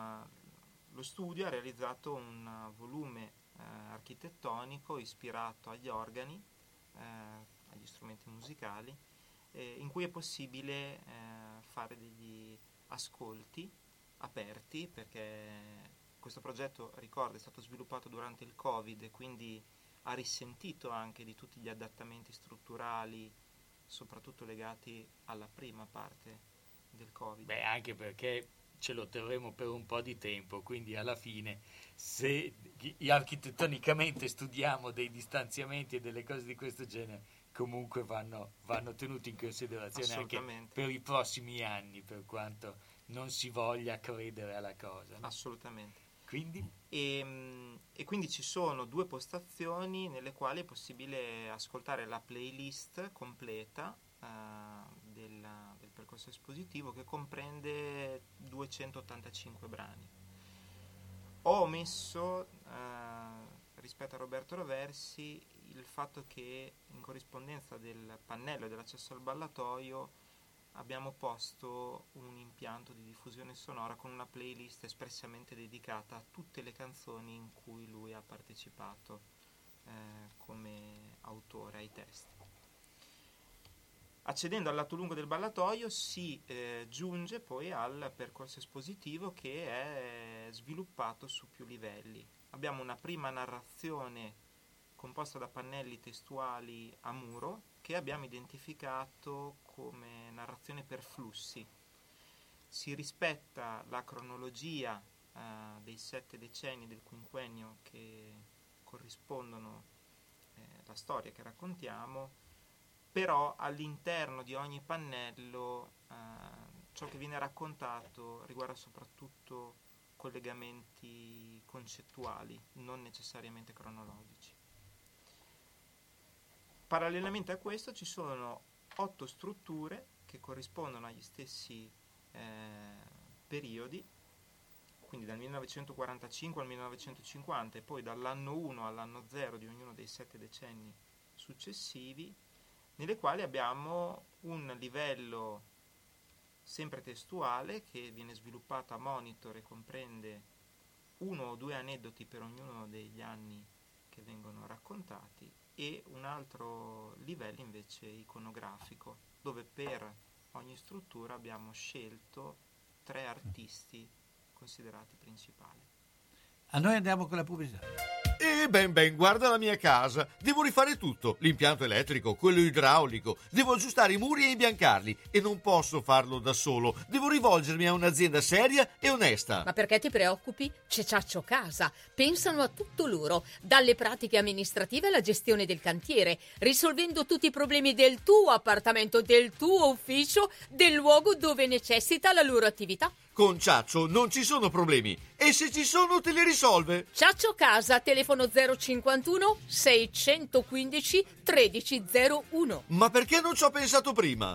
uh, lo studio ha realizzato un uh, volume uh, architettonico ispirato agli organi, uh, agli strumenti musicali, eh, in cui è possibile uh, fare degli ascolti aperti, perché questo progetto, ricordo, è stato sviluppato durante il Covid e quindi ha risentito anche di tutti gli adattamenti strutturali, soprattutto legati alla prima parte del Covid. Beh, anche perché ce lo terremo per un po' di tempo, quindi alla fine se architettonicamente studiamo dei distanziamenti e delle cose di questo genere, comunque vanno, vanno tenuti in considerazione anche per i prossimi anni, per quanto non si voglia credere alla cosa, no? Assolutamente. Quindi? E, e quindi ci sono due postazioni nelle quali è possibile ascoltare la playlist completa uh, del, del percorso espositivo, che comprende duecentottantacinque brani. Ho omesso uh, rispetto a Roberto Roversi il fatto che in corrispondenza del pannello e dell'accesso al ballatoio abbiamo posto un impianto di diffusione sonora con una playlist espressamente dedicata a tutte le canzoni in cui lui ha partecipato eh, come autore ai testi. Accedendo al lato lungo del ballatoio si eh, giunge poi al percorso espositivo, che è sviluppato su più livelli. Abbiamo una prima narrazione composta da pannelli testuali a muro, che abbiamo identificato come narrazione per flussi. Si rispetta la cronologia eh, dei sette decenni del quinquennio che corrispondono eh, alla storia che raccontiamo, però all'interno di ogni pannello eh, ciò che viene raccontato riguarda soprattutto collegamenti concettuali, non necessariamente cronologici. Parallelamente a questo ci sono otto strutture che corrispondono agli stessi eh, periodi, quindi dal millenovecentoquarantacinque al millenovecentocinquanta e poi dall'anno uno all'anno zero di ognuno dei sette decenni successivi, nelle quali abbiamo un livello sempre testuale che viene sviluppato a monitor e comprende uno o due aneddoti per ognuno degli anni che vengono raccontati, e un altro livello invece iconografico, dove per ogni struttura abbiamo scelto tre artisti considerati principali. A noi andiamo con la pubblicità. E ben ben, guarda la mia casa. Devo rifare tutto, l'impianto elettrico, quello idraulico, devo aggiustare i muri e imbiancarli, e non posso farlo da solo. Devo rivolgermi a un'azienda seria e onesta. Ma perché ti preoccupi? C'è Ciaccio Casa. Pensano a tutto loro, dalle pratiche amministrative alla gestione del cantiere, risolvendo tutti i problemi del tuo appartamento, del tuo ufficio, del luogo dove necessita la loro attività. Con Ciaccio non ci sono problemi, e se ci sono te li risolve. Ciaccio Casa, telefono zero cinquantuno seicentoquindici tredici zero uno. Ma perché non ci ho pensato prima?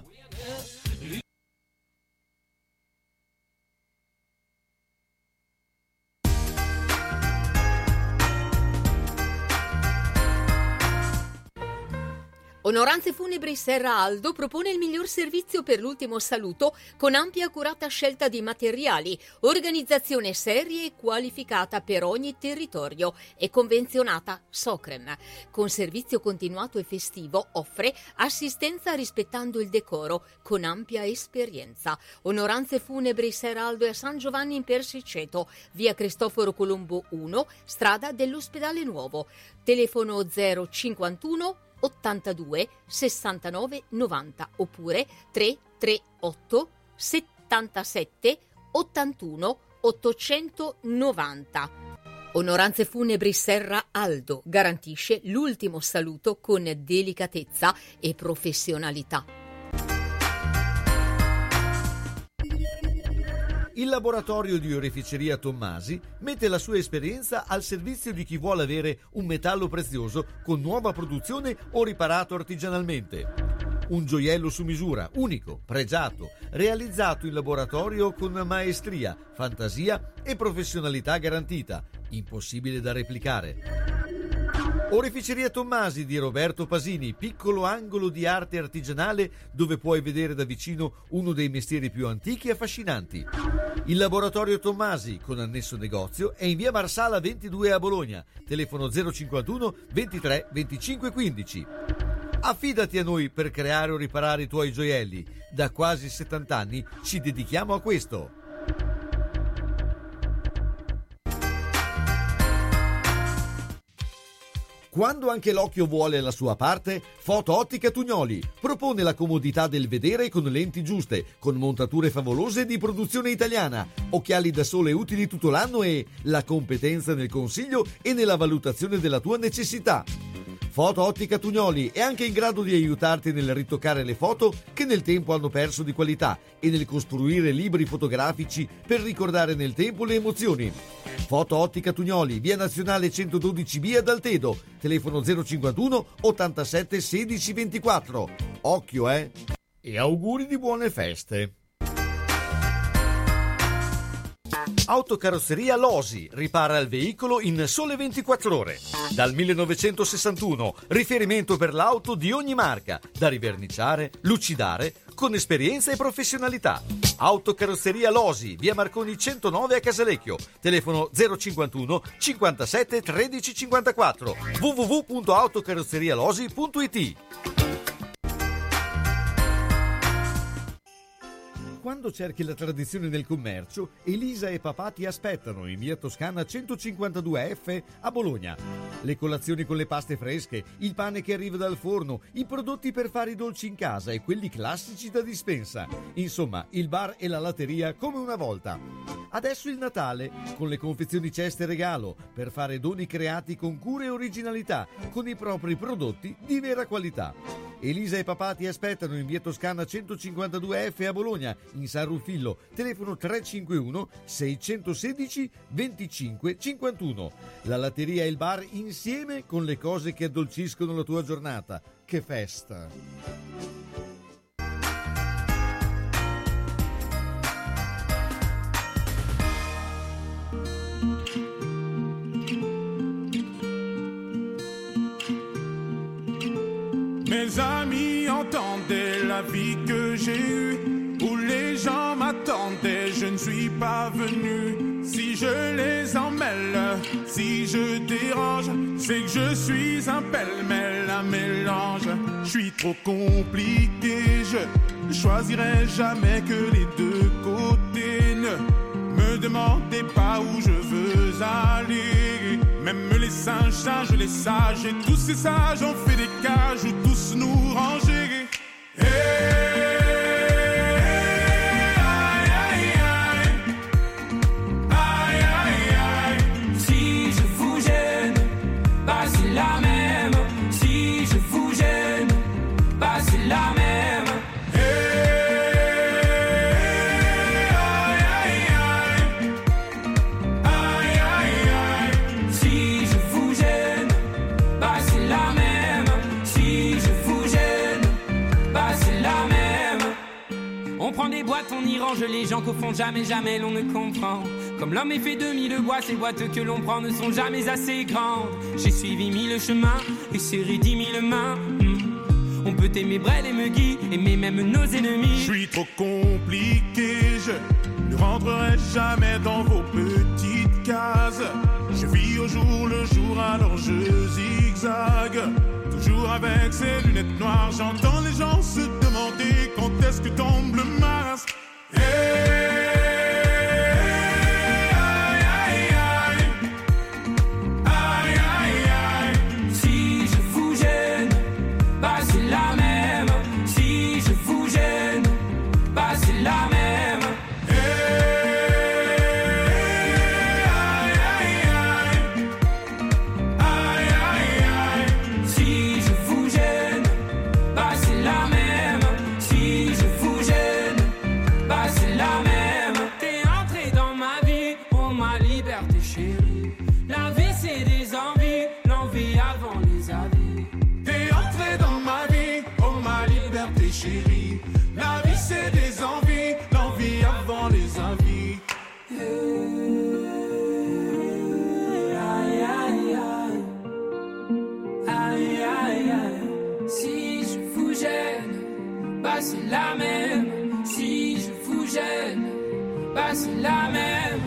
Onoranze Funebri Serra Aldo propone il miglior servizio per l'ultimo saluto, con ampia e accurata scelta di materiali, organizzazione seria e qualificata per ogni territorio e convenzionata Socrem. Con servizio continuato e festivo offre assistenza rispettando il decoro, con ampia esperienza. Onoranze Funebri Serra Aldo a San Giovanni in Persiceto, via Cristoforo Colombo uno, strada dell'Ospedale Nuovo. Telefono zero cinquantuno ottantadue sessantanove novanta oppure tre tre otto settantasette ottantuno ottocentonovanta. Onoranze Funebri Serra Aldo garantisce l'ultimo saluto con delicatezza e professionalità. Il laboratorio di oreficeria Tommasi mette la sua esperienza al servizio di chi vuole avere un metallo prezioso con nuova produzione o riparato artigianalmente. Un gioiello su misura, unico, pregiato, realizzato in laboratorio con maestria, fantasia e professionalità garantita, impossibile da replicare. Oreficeria Tommasi di Roberto Pasini, piccolo angolo di arte artigianale dove puoi vedere da vicino uno dei mestieri più antichi e affascinanti. Il laboratorio Tommasi, con annesso negozio, è in via Marsala ventidue a Bologna, telefono zero cinquantuno ventitré venticinque quindici. Affidati a noi per creare o riparare i tuoi gioielli. Da quasi settanta anni ci dedichiamo a questo. Quando anche l'occhio vuole la sua parte, Foto Ottica Tugnoli propone la comodità del vedere con lenti giuste, con montature favolose di produzione italiana, occhiali da sole utili tutto l'anno e la competenza nel consiglio e nella valutazione della tua necessità. Foto Ottica Tugnoli è anche in grado di aiutarti nel ritoccare le foto che nel tempo hanno perso di qualità e nel costruire libri fotografici per ricordare nel tempo le emozioni. Foto Ottica Tugnoli, via Nazionale centododici B ad Altedo, telefono zero cinquantuno ottantasette sedici ventiquattro. Occhio, eh! E auguri di buone feste! Autocarrozzeria Losi ripara il veicolo in sole ventiquattro ore. Dal millenovecentosessantuno, riferimento per l'auto di ogni marca, da riverniciare, lucidare, con esperienza e professionalità. Autocarrozzeria Losi, via Marconi centonove a Casalecchio, telefono zero cinquantuno cinquantasette tredici cinquantaquattro, w w w punto autocarrozzerialosi punto i t. Quando cerchi la tradizione nel commercio, Elisa e papà ti aspettano in via Toscana centocinquantadue F a Bologna. Le colazioni con le paste fresche, il pane che arriva dal forno, i prodotti per fare i dolci in casa e quelli classici da dispensa. Insomma, il bar e la latteria come una volta. Adesso il Natale, con le confezioni ceste regalo, per fare doni creati con cura e originalità, con i propri prodotti di vera qualità. Elisa e papà ti aspettano in via Toscana centocinquantadue F a Bologna, in San Rufillo, telefono tre cinque uno sei uno sei venticinque cinquantuno. La latteria e il bar insieme con le cose che addolciscono la tua giornata. Che festa! Mes amis entendaient la vie que j'ai eue, où les gens m'attendaient, je ne suis pas venu. Si je les emmêle, si je dérange, c'est que je suis un pêle-mêle, un mélange. Je suis trop compliqué, je choisirai jamais que les deux côtés. Ne me demandez pas où je veux aller. Même les singes, singes, les sages, et tous ces sages ont fait des cages où tous nous ranger. Hey! La même, si je vous gêne, bah c'est la même. Hey, aïe, aïe, aïe. Aïe, aïe, aïe. Si je vous gêne, bah c'est la même. Si je vous gêne, bah c'est la même. On prend des boîtes, on y range les gens qu'au fond jamais, jamais l'on ne comprend. Comme l'homme est fait de mille boîtes, ces boîtes que l'on prend ne sont jamais assez grandes. J'ai suivi mille chemins et serré dix mille mains. Mmh. On peut aimer Brel et Megui, aimer même nos ennemis. Je suis trop compliqué, je ne rentrerai jamais dans vos petites cases. Je vis au jour le jour, alors je zigzague. Toujours avec ces lunettes noires, j'entends les gens se demander quand est-ce que tombe le masque. Hey! La même. Aïe, aïe, aïe. Si je vous gêne, bah c'est la même. Si je vous gêne, bah c'est la même. T'es entré dans ma vie, oh ma liberté chérie. La vie c'est des envies, l'envie avant les avis. T'es entré dans ma vie, oh ma liberté chérie. La vie c'est des envies, l'envie avant les envies. Aïe, aïe, aïe. Aïe, aïe, aïe. Si je vous gêne, bah c'est la même. Si je vous gêne, bah c'est la même.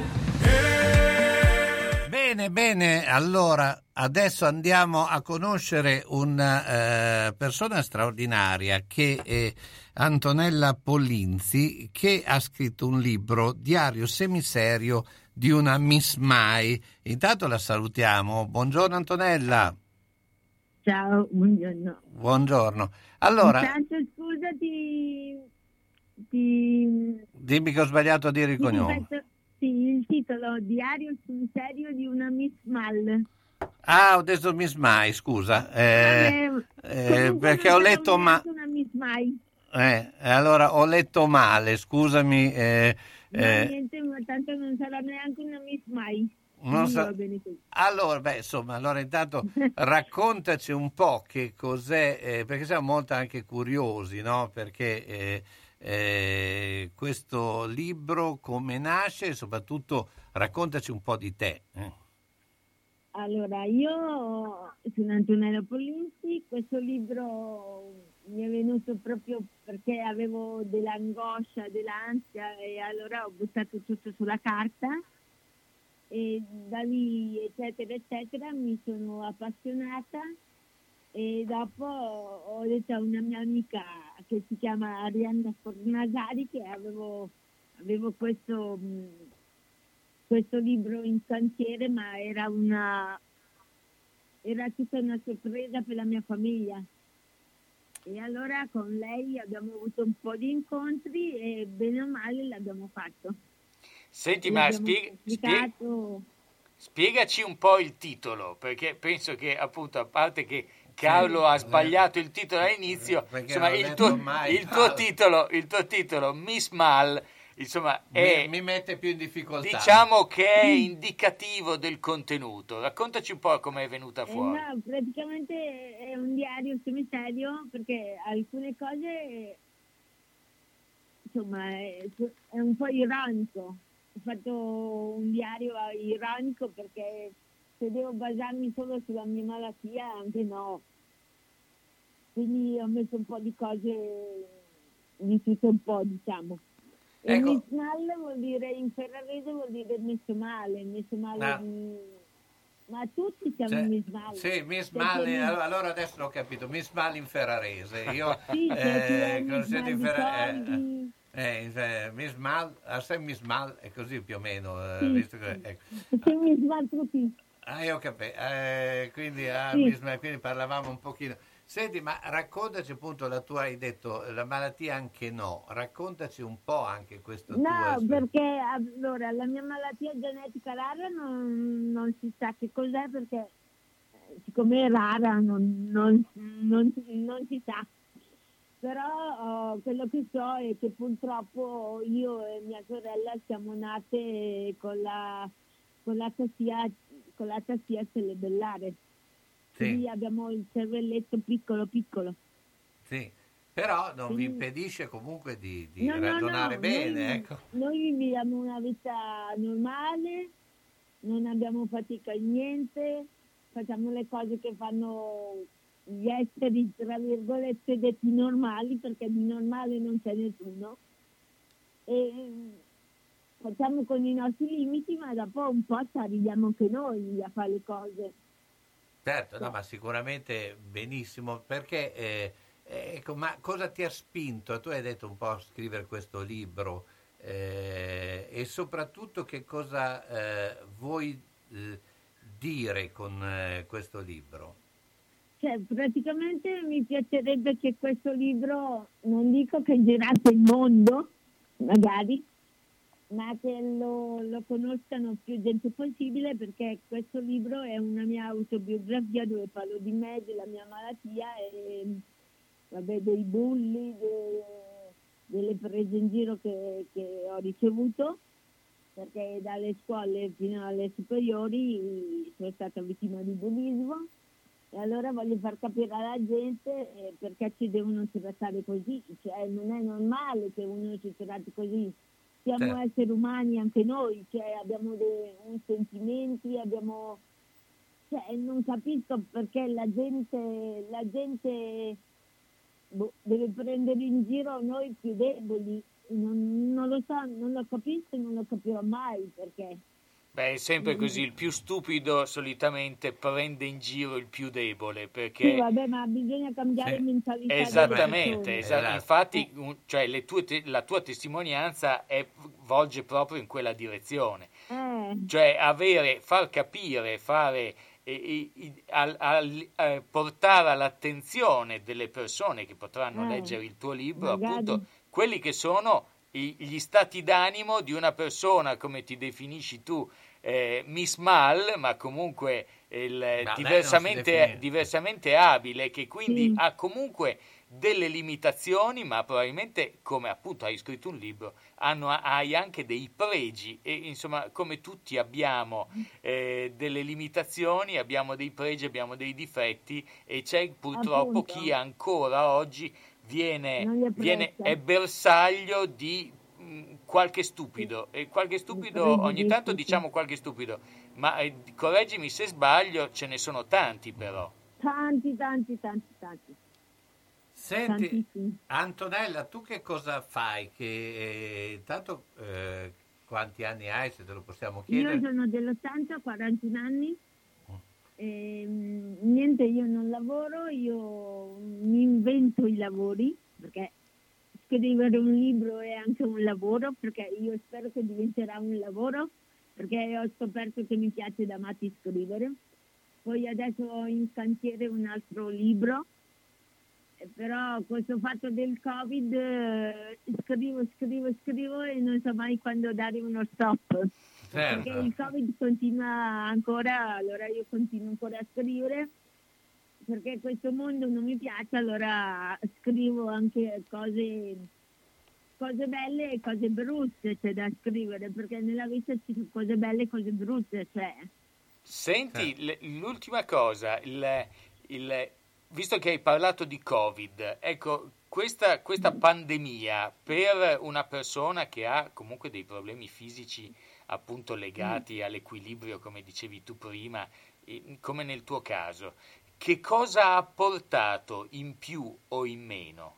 Bene, bene, allora adesso andiamo a conoscere una eh, persona straordinaria che è Antonella Pollinzi, che ha scritto un libro, Diario semiserio di una Miss Mai. Intanto la salutiamo. Buongiorno Antonella. Ciao, buongiorno. Buongiorno. Allora, Intanto scusa, ti, ti, dimmi che ho sbagliato a dire il ti cognome. ripeto, sì, il titolo Diario sul serio di una Miss Mal. Ah, ho detto Miss Mai, scusa. Eh, eh, perché ho letto ma... Una Miss Mai. Eh, allora ho letto male, scusami. Eh, No, eh, niente, ma tanto non sarà neanche una Miss Mai. non Quindi so- va bene così. Allora, beh, insomma, allora intanto raccontaci un po' che cos'è, eh, perché siamo molto anche curiosi, no? Perché eh, eh, questo libro come nasce e soprattutto raccontaci un po' di te. eh. Allora, io sono Antonella Polinzi, questo libro mi è venuto proprio perché avevo dell'angoscia, dell'ansia e allora ho buttato tutto sulla carta e da lì eccetera eccetera mi sono appassionata e dopo ho detto a una mia amica che si chiama Arianna Fornasari che avevo, avevo questo... mh, questo libro in cantiere, ma era una era tutta una sorpresa per la mia famiglia. E allora con lei abbiamo avuto un po' di incontri e bene o male l'abbiamo fatto. Senti, E ma abbiamo spiega, pubblicato- spiegaci un po' il titolo, perché penso che appunto, a parte che Carlo ha sbagliato il titolo all'inizio, Perché insomma, non ho il detto tuo, mai il tuo Mal. titolo, il tuo titolo, Miss Mal, insomma, è, Mi, mi mette più in difficoltà. diciamo che è indicativo del contenuto. Raccontaci un po' come è venuta Eh, fuori. no, praticamente è un diario semiserio perché alcune cose, insomma, è, è un po' ironico. Ho fatto un diario ironico perché se devo basarmi solo sulla mia malattia, anche no. Quindi ho messo un po' di cose, di tutto un po', diciamo. E Ecco. Miss Mal vuol dire, in ferrarese vuol dire messo male, messo male Ah. di... Ma tutti siamo Cioè, Miss Mal. Sì, Miss Perché Mal, mi- allora, allora adesso l'ho capito, Miss Mal in ferrarese. Io, Sì, perché eh, Miss conoscete Mal in di Ferrarese. soldi. Eh, in fe- Miss Mal, a sé Miss Mal è così più o meno, eh, Sì. visto che, ecco. Perché Miss Mal tutti. Ah, io ho capito, eh, quindi, ah, Sì. Miss Mal, quindi parlavamo un pochino. Senti, ma raccontaci appunto la tua, hai detto, la malattia anche no, raccontaci un po' anche questo tuo... No, perché allora la mia malattia genetica rara non, non si sa che cos'è perché eh, siccome è rara non, non, non, non si sa. Però oh, quello che so è che purtroppo io e mia sorella siamo nate con la con l'atassia, con l'atassia cerebellare. Sì. Quindi abbiamo il cervelletto piccolo piccolo. Sì, però non vi Quindi- impedisce comunque di, di No, no, ragionare no, bene, noi, ecco. Noi viviamo una vita normale, non abbiamo fatica in niente, facciamo le cose che fanno gli esseri, tra virgolette, detti normali, perché di normale non c'è nessuno. E facciamo con i nostri limiti, ma dopo un po' ci arriviamo anche noi a fare le cose. Certo, no, ma sicuramente benissimo, perché, eh, ecco, ma cosa ti ha spinto? Tu hai detto un po' a scrivere questo libro eh, e soprattutto che cosa eh, vuoi eh, dire con eh, questo libro? Cioè, praticamente mi piacerebbe che questo libro, non dico che girate il mondo, magari, ma che lo, lo conoscano più gente possibile, perché questo libro è una mia autobiografia dove parlo di me, della mia malattia e vabbè, dei bulli, de- delle prese in giro che, che ho ricevuto, perché dalle scuole fino alle superiori sono stata vittima di bullismo. E allora voglio far capire alla gente eh, perché ci devono trattare così, cioè non è normale che uno ci tratti così, siamo Certo. esseri umani anche noi, cioè abbiamo dei un sentimenti, abbiamo, cioè non capisco perché la gente, la gente boh, deve prendere in giro noi più deboli, non, non lo so, non lo capisco e non lo capirò mai perché. Beh, è sempre così, il più stupido solitamente prende in giro il più debole, perché... Sì, vabbè, ma bisogna cambiare Sì. mentalità. delle Esattamente, persone. esa- Esatto. infatti un- cioè, le tue te- la tua testimonianza è- volge proprio in quella direzione, Eh. cioè avere, far capire, fare e, e, al, al, a portare all'attenzione delle persone che potranno Eh, leggere il tuo libro, magari. appunto, quelli che sono i- gli stati d'animo di una persona, come ti definisci tu, eh, Miss Mal, ma comunque il, lei non si diversamente, definisce. diversamente abile, che quindi Sì. ha comunque delle limitazioni, ma probabilmente, come appunto hai scritto un libro, hanno, hai anche dei pregi e insomma, come tutti abbiamo eh, delle limitazioni, abbiamo dei pregi, abbiamo dei difetti, e c'è purtroppo Appunto. chi ancora oggi viene, Non li viene apprezza. è bersaglio di mh, qualche stupido, e qualche stupido, pregiudizi, ogni tanto sì. diciamo qualche stupido, ma eh, correggimi se sbaglio, ce ne sono tanti però. Tanti, tanti, tanti, tanti. Senti, Tantissimi. Antonella, tu che cosa fai? Che, eh, intanto, eh, quanti anni hai, se te lo possiamo chiedere? Io sono dell'ottanta, quarantuno anni. E, mm, niente, io non lavoro, io mi invento i lavori, perché scrivere un libro è anche un lavoro, perché io spero che diventerà un lavoro, perché ho scoperto che mi piace da matti scrivere. Poi adesso ho in cantiere un altro libro, eh, però questo fatto del Covid eh, scrivo, scrivo, scrivo e non so mai quando dare uno stop. Certo. Perché il Covid continua ancora, allora io continuo ancora a scrivere, perché questo mondo non mi piace, allora scrivo anche cose, cose belle e cose brutte, c'è da scrivere, perché nella vita ci sono cose belle e cose brutte, cioè. Senti, l- l'ultima cosa, il, il- visto che hai parlato di Covid, ecco, questa, questa pandemia per una persona che ha comunque dei problemi fisici appunto legati all'equilibrio, come dicevi tu prima, eh, come nel tuo caso, che cosa ha portato in più o in meno?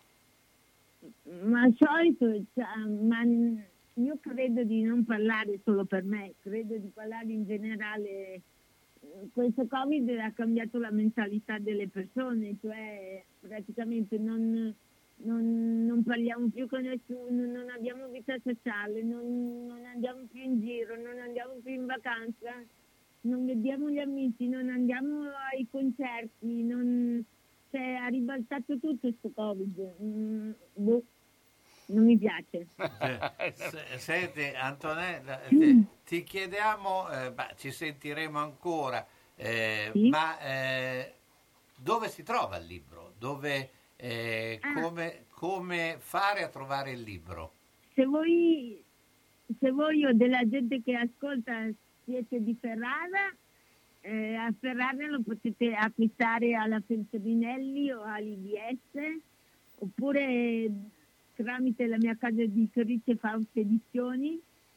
Ma al solito, cioè, ma n- io credo di non parlare solo per me, credo di parlare in generale. Questo Covid ha cambiato la mentalità delle persone, cioè praticamente non, non, non parliamo più con nessuno, non abbiamo vita sociale, non, non andiamo più in giro, non andiamo più in vacanza, non vediamo gli amici, non andiamo ai concerti, non, cioè, ha ribaltato tutto questo Covid. Mm, boh, non mi piace. Eh, se- Senti, Antonella, ti, ti chiediamo, eh, bah, ci sentiremo ancora, eh, Sì. ma eh, dove si trova il libro? Dove, eh, Ah. come, come fare a trovare il libro? Se voi, se voi o della gente che ascolta siete di Ferrara, eh, a Ferrara lo potete acquistare alla Feltrinelli o all'I D S, oppure tramite la mia casa editrice Faust Edizioni,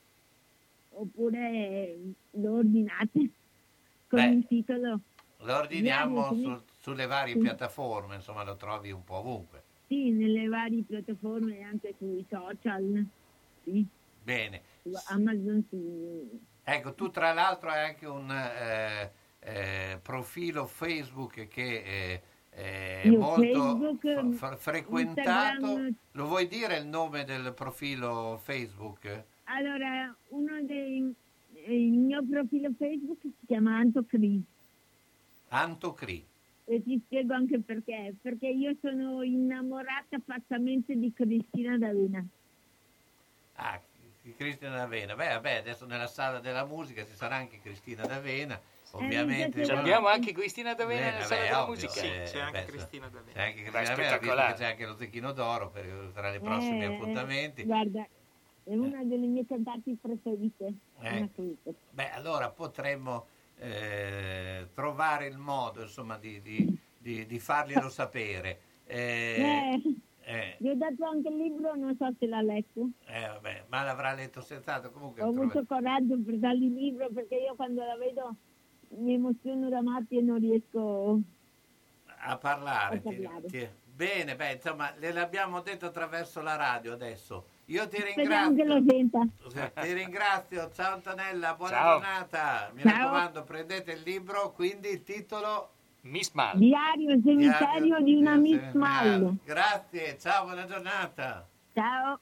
oppure lo ordinate con Beh, il titolo. Lo ordiniamo Diario, su- sulle varie sì. piattaforme, insomma lo trovi un po' ovunque. Sì, nelle varie piattaforme e anche sui social, sì, Bene. su Amazon, su... Ecco, tu tra l'altro hai anche un eh, eh, profilo Facebook che eh, è Io molto Facebook, f- frequentato. Instagram. Lo vuoi dire il nome del profilo Facebook? Allora, uno dei il mio profilo Facebook si chiama Anto Cri, Antocri. e ti spiego anche perché. Perché io sono innamorata pazzamente di Cristina D'Avena. Ah, Cristina D'Avena. Beh, vabbè, adesso nella sala della musica ci sarà anche Cristina D'Avena. Ovviamente Eh, Ci abbiamo anche Cristina D'Avena Bene, nella vabbè, sala della ovvio, musica. Sì, eh, c'è anche beh, Cristina D'Avena. C'è anche Beh, Cristina D'Avena, visto spettacolare. che c'è anche lo Zecchino d'Oro per, tra i prossimi Eh, appuntamenti. Guarda, è una delle mie cantanti preferite Eh. in assoluto. Beh, allora potremmo eh, trovare il modo, insomma, di, di, di, di farglielo sapere. Eh, Eh, eh, gli ho dato anche il libro, non so se l'ha letto. eh, vabbè, ma l'avrà letto senz'altro. Comunque, Ho trova- avuto coraggio per dargli il libro, perché io quando la vedo mi emoziono da matti e non riesco a parlare. a ti- parlare. ti- Bene, beh, insomma, le l'abbiamo detto attraverso la radio adesso. Io ti Speriamo che ringrazio. lo senta. Ti ringrazio, ciao Antonella, buona Ciao. giornata. Mi Ciao. raccomando, prendete il libro, quindi il titolo Miss Mal. Diario semitario di una Miss Mal. Grazie, ciao, buona giornata. Ciao.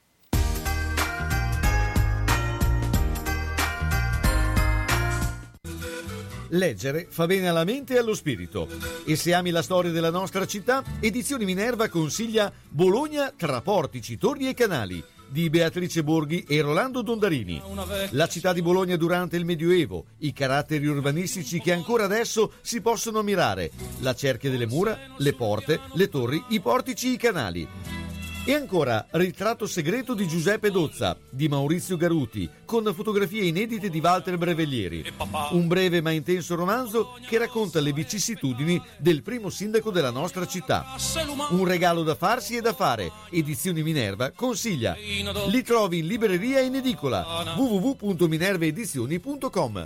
Leggere fa bene alla mente e allo spirito. E se ami la storia della nostra città, Edizioni Minerva consiglia Bologna tra portici, torri e canali di Beatrice Borghi e Rolando Dondarini. La città di Bologna durante il Medioevo, i caratteri urbanistici che ancora adesso si possono ammirare, la cerchia delle mura, le porte, le torri, i portici, i canali. E ancora Ritratto segreto di Giuseppe Dozza, di Maurizio Garuti, con fotografie inedite di Walter Breveglieri. Un breve ma intenso romanzo che racconta le vicissitudini del primo sindaco della nostra città. Un regalo da farsi e da fare. Edizioni Minerva consiglia. Li trovi in libreria e in edicola. w w w punto minerva edizioni punto com.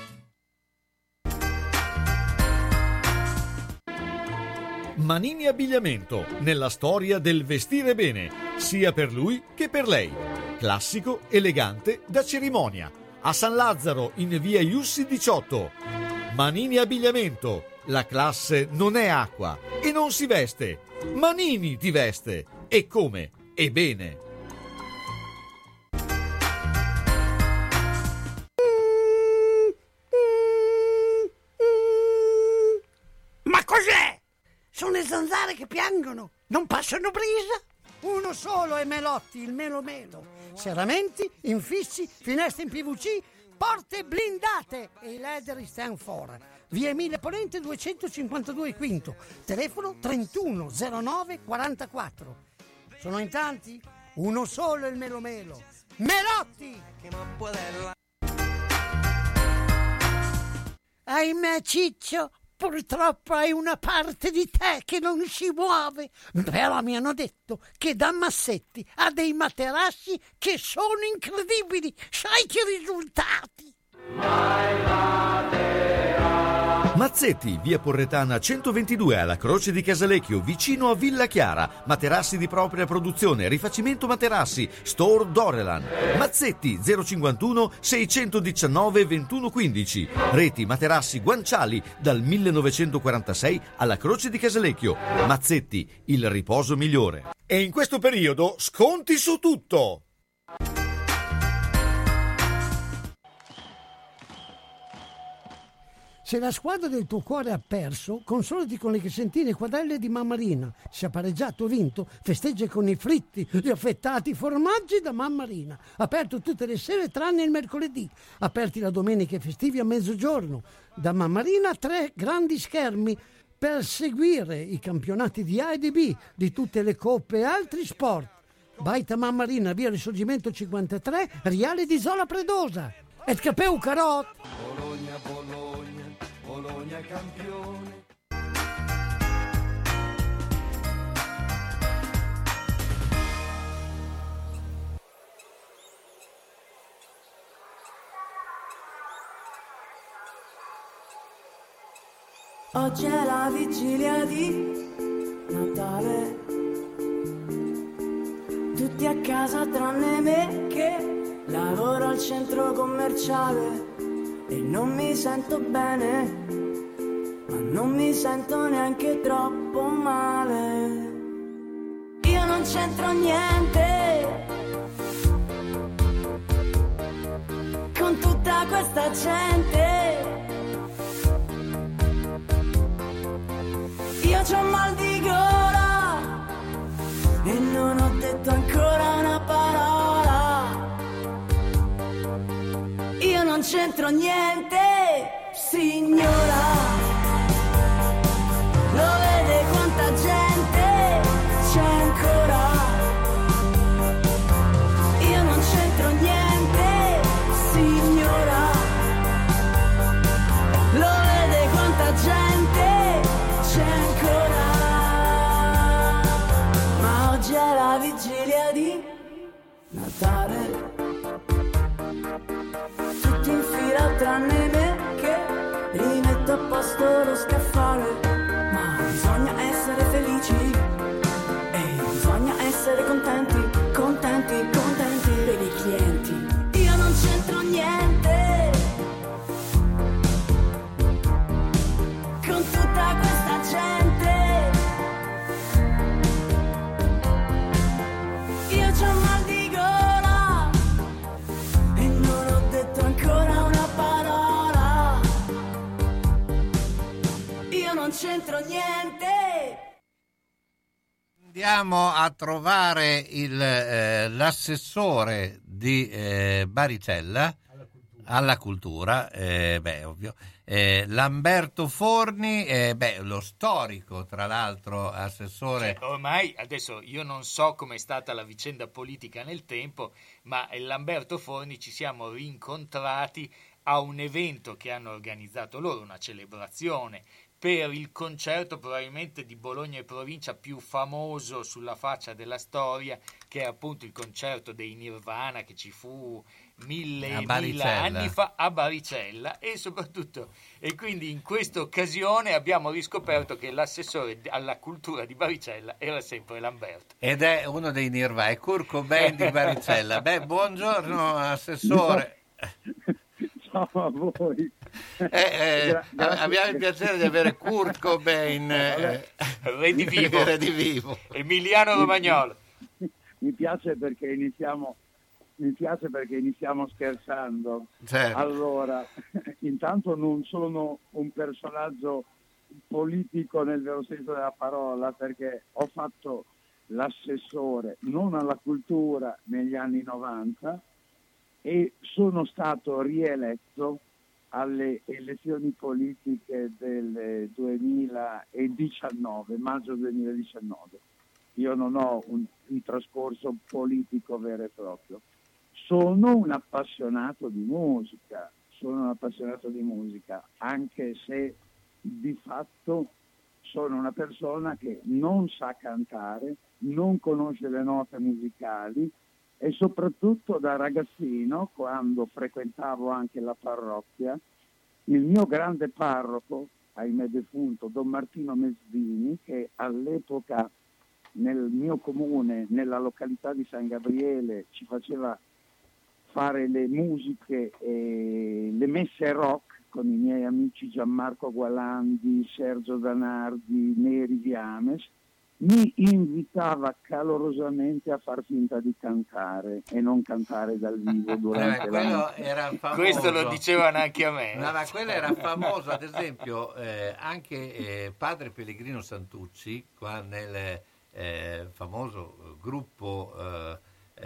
Manini Abbigliamento, nella storia del vestire bene, sia per lui che per lei. Classico, elegante, da cerimonia. A San Lazzaro, in via Iussi diciotto. Manini Abbigliamento, la classe non è acqua e non si veste. Manini ti veste. E come? E bene. Ma cos'è? Sono le zanzare che piangono, non passano brisa. Uno solo è Melotti, il Melo Melo. Serramenti, infissi, finestre in P V C, porte blindate e i leder stand for. Via Emile Ponente duecentocinquantadue Quinto, telefono trentuno zero nove quarantaquattro. Sono in tanti? Uno solo è il Melo Melo. Melotti! Ahimè, Ciccio, purtroppo hai una parte di te che non si muove, però mi hanno detto che da Massetti ha dei materassi che sono incredibili. Sai che risultati? Mazzetti, via Porretana centoventidue alla Croce di Casalecchio, vicino a Villa Chiara. Materassi di propria produzione, rifacimento materassi, Store Dorelan. Mazzetti zero cinquantuno seicentodiciannove ventuno quindici. Reti materassi guanciali dal millenovecentoquarantasei alla Croce di Casalecchio. Mazzetti, il riposo migliore. E in questo periodo sconti su tutto. Se la squadra del tuo cuore ha perso, consolati con le crescentine quadrelle di Mammarina. Se ha pareggiato o vinto, festeggia con i fritti, gli affettati formaggi da Mammarina. Aperto tutte le sere tranne il mercoledì. Aperti la domenica e festivi a mezzogiorno. Da Mammarina tre grandi schermi per seguire i campionati di A e di B, di tutte le coppe e altri sport. Baita Mammarina, via Risorgimento cinquantatré, Riale di Zola Predosa. Et capeu carot! Bologna, Bologna, Bologna campione. Oggi è la vigilia di Natale, tutti a casa tranne me che lavoro al centro commerciale e non mi sento bene, ma non mi sento neanche troppo male. Io non c'entro niente con tutta questa gente. Io c'ho mal di gola e non ho detto ancora una parola. Io non c'entro niente, signora. Lo vede quanta gente c'è ancora. Io non c'entro niente, signora. Lo vede quanta gente c'è ancora. Ma oggi è la vigilia di Natale, tutti in fila tranne me che rimetto a posto lo scaffale. Ma bisogna essere felici e bisogna essere contenti, contenti, contenti per i clienti. Io non c'entro niente con tutta questa gente. Io c'ho mal di gola c'entro niente. Andiamo a trovare il, eh, l'assessore di eh, Baricella alla cultura, eh, beh, ovvio, eh, Lamberto Forni, eh, beh, lo storico, tra l'altro, assessore. Cioè, ormai adesso io non so com'è stata la vicenda politica nel tempo, ma Lamberto Forni ci siamo rincontrati a un evento che hanno organizzato loro, una celebrazione per il concerto probabilmente di Bologna e provincia più famoso sulla faccia della storia, che è appunto il concerto dei Nirvana, che ci fu mille, mille anni fa a Baricella, e soprattutto, e quindi in questa occasione abbiamo riscoperto che l'assessore alla cultura di Baricella era sempre Lamberto. Ed è uno dei Nirvana, è Kurt Cobain di Baricella. Beh, buongiorno assessore. Ciao a voi. Eh, eh, abbiamo il piacere di avere Kurt Cobain, eh, Redivivo. Redivivo. Emiliano Romagnolo. Mi piace perché iniziamo mi piace perché iniziamo scherzando. Certo. Allora, intanto non sono un personaggio politico nel vero senso della parola, perché ho fatto l'assessore non alla cultura negli anni novanta e sono stato rieletto alle elezioni politiche del duemiladiciannove, maggio duemiladiciannove. Io non ho un, un trascorso politico vero e proprio. Sono un appassionato di musica, sono un appassionato di musica, anche se di fatto sono una persona che non sa cantare, non conosce le note musicali, e soprattutto da ragazzino, quando frequentavo anche la parrocchia, il mio grande parroco, ahimè defunto, Don Martino Mezzini, che all'epoca nel mio comune, nella località di San Gabriele, ci faceva fare le musiche e le messe rock con i miei amici Gianmarco Gualandi, Sergio Danardi, Neri di Ames, mi invitava calorosamente a far finta di cantare e non cantare dal vivo durante eh, la era famoso. Questo lo dicevano anche a me. No, ma quello era famoso, ad esempio, eh, anche eh, padre Pellegrino Santucci, qua nel eh, famoso gruppo eh,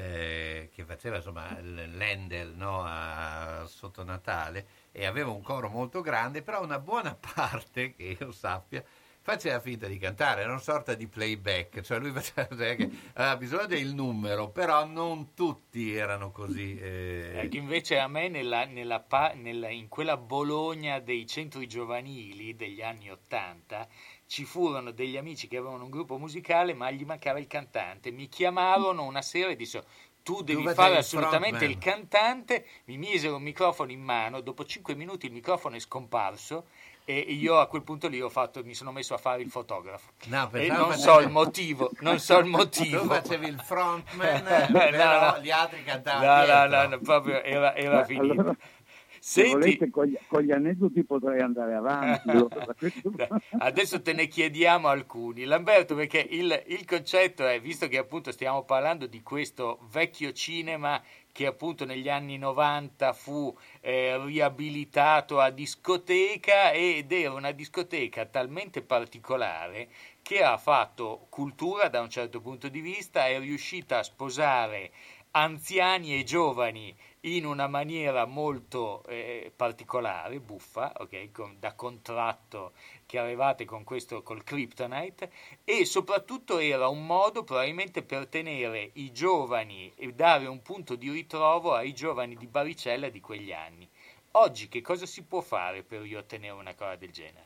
eh, che faceva insomma l'Endel, no, a, sotto Natale, e aveva un coro molto grande, però una buona parte, che io sappia, faceva finta di cantare, era una sorta di playback, cioè lui faceva che aveva bisogno del numero, però non tutti erano così. Eh. Ecco, invece a me nella, nella, nella, in quella Bologna dei centri giovanili degli anni Ottanta ci furono degli amici che avevano un gruppo musicale, ma gli mancava il cantante. Mi chiamarono una sera e dissero: tu devi tu fare il assolutamente frontman. il cantante. Mi misero un microfono in mano, dopo cinque minuti il microfono è scomparso e io a quel punto lì ho fatto, mi sono messo a fare il fotografo. No, e pensavo non facevi- so il motivo, non so il motivo. Tu facevi il frontman, No, però no. gli altri cantavano No, no, dietro. no, no, proprio era, era Beh, finito. allora, se Senti, volete con gli, con gli aneddoti potrei andare avanti. allora, questo- adesso te ne chiediamo alcuni, Lamberto, perché il, il concetto è, visto che appunto stiamo parlando di questo vecchio cinema che appunto negli anni novanta fu eh, riabilitato a discoteca, ed era una discoteca talmente particolare che ha fatto cultura da un certo punto di vista, è riuscita a sposare anziani e giovani in una maniera molto eh, particolare, buffa, ok, con, da contratto che avevate con questo, col Kryptonite, e soprattutto era un modo probabilmente per tenere i giovani e dare un punto di ritrovo ai giovani di Baricella di quegli anni. Oggi che cosa si può fare per riottenere una cosa del genere?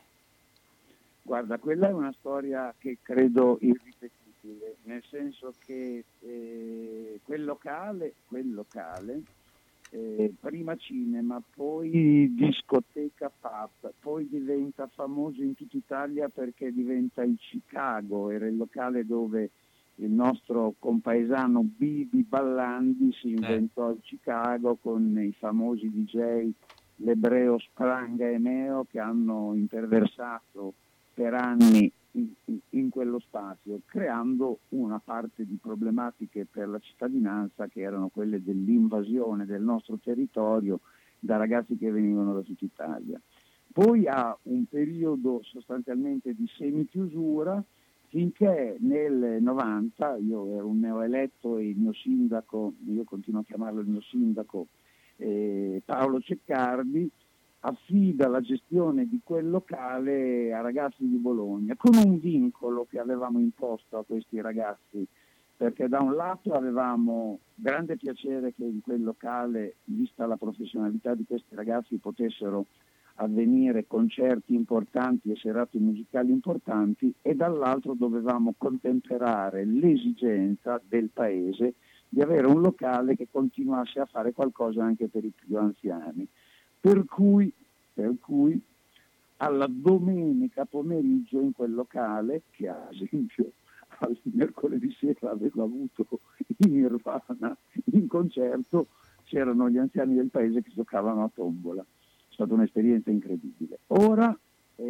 Guarda, quella è una storia che credo irripetibile, nel senso che eh, quel locale, quel locale eh, prima cinema, poi discoteca pub, poi diventa famoso in tutta Italia perché diventa il Chicago, era il locale dove il nostro compaesano Bibi Ballandi si inventò il Chicago con i famosi D J L'Ebreo, Spranga e Meo, che hanno interversato per anni in, in quello spazio, creando una parte di problematiche per la cittadinanza che erano quelle dell'invasione del nostro territorio da ragazzi che venivano da tutta Italia. poi ha un periodo sostanzialmente di semichiusura, finché nel novanta, io ero un neoeletto e il mio sindaco, io continuo a chiamarlo il mio sindaco, eh, Paolo Ceccardi, affida la gestione di quel locale a ragazzi di Bologna, con un vincolo che avevamo imposto a questi ragazzi, perché da un lato avevamo grande piacere che in quel locale, vista la professionalità di questi ragazzi, potessero avvenire concerti importanti e serate musicali importanti, e dall'altro dovevamo contemperare l'esigenza del paese di avere un locale che continuasse a fare qualcosa anche per i più anziani. Per cui, per cui alla domenica pomeriggio in quel locale, che ad esempio al mercoledì sera aveva avuto in Nirvana in concerto, c'erano gli anziani del paese che giocavano a tombola. È stata un'esperienza incredibile. Ora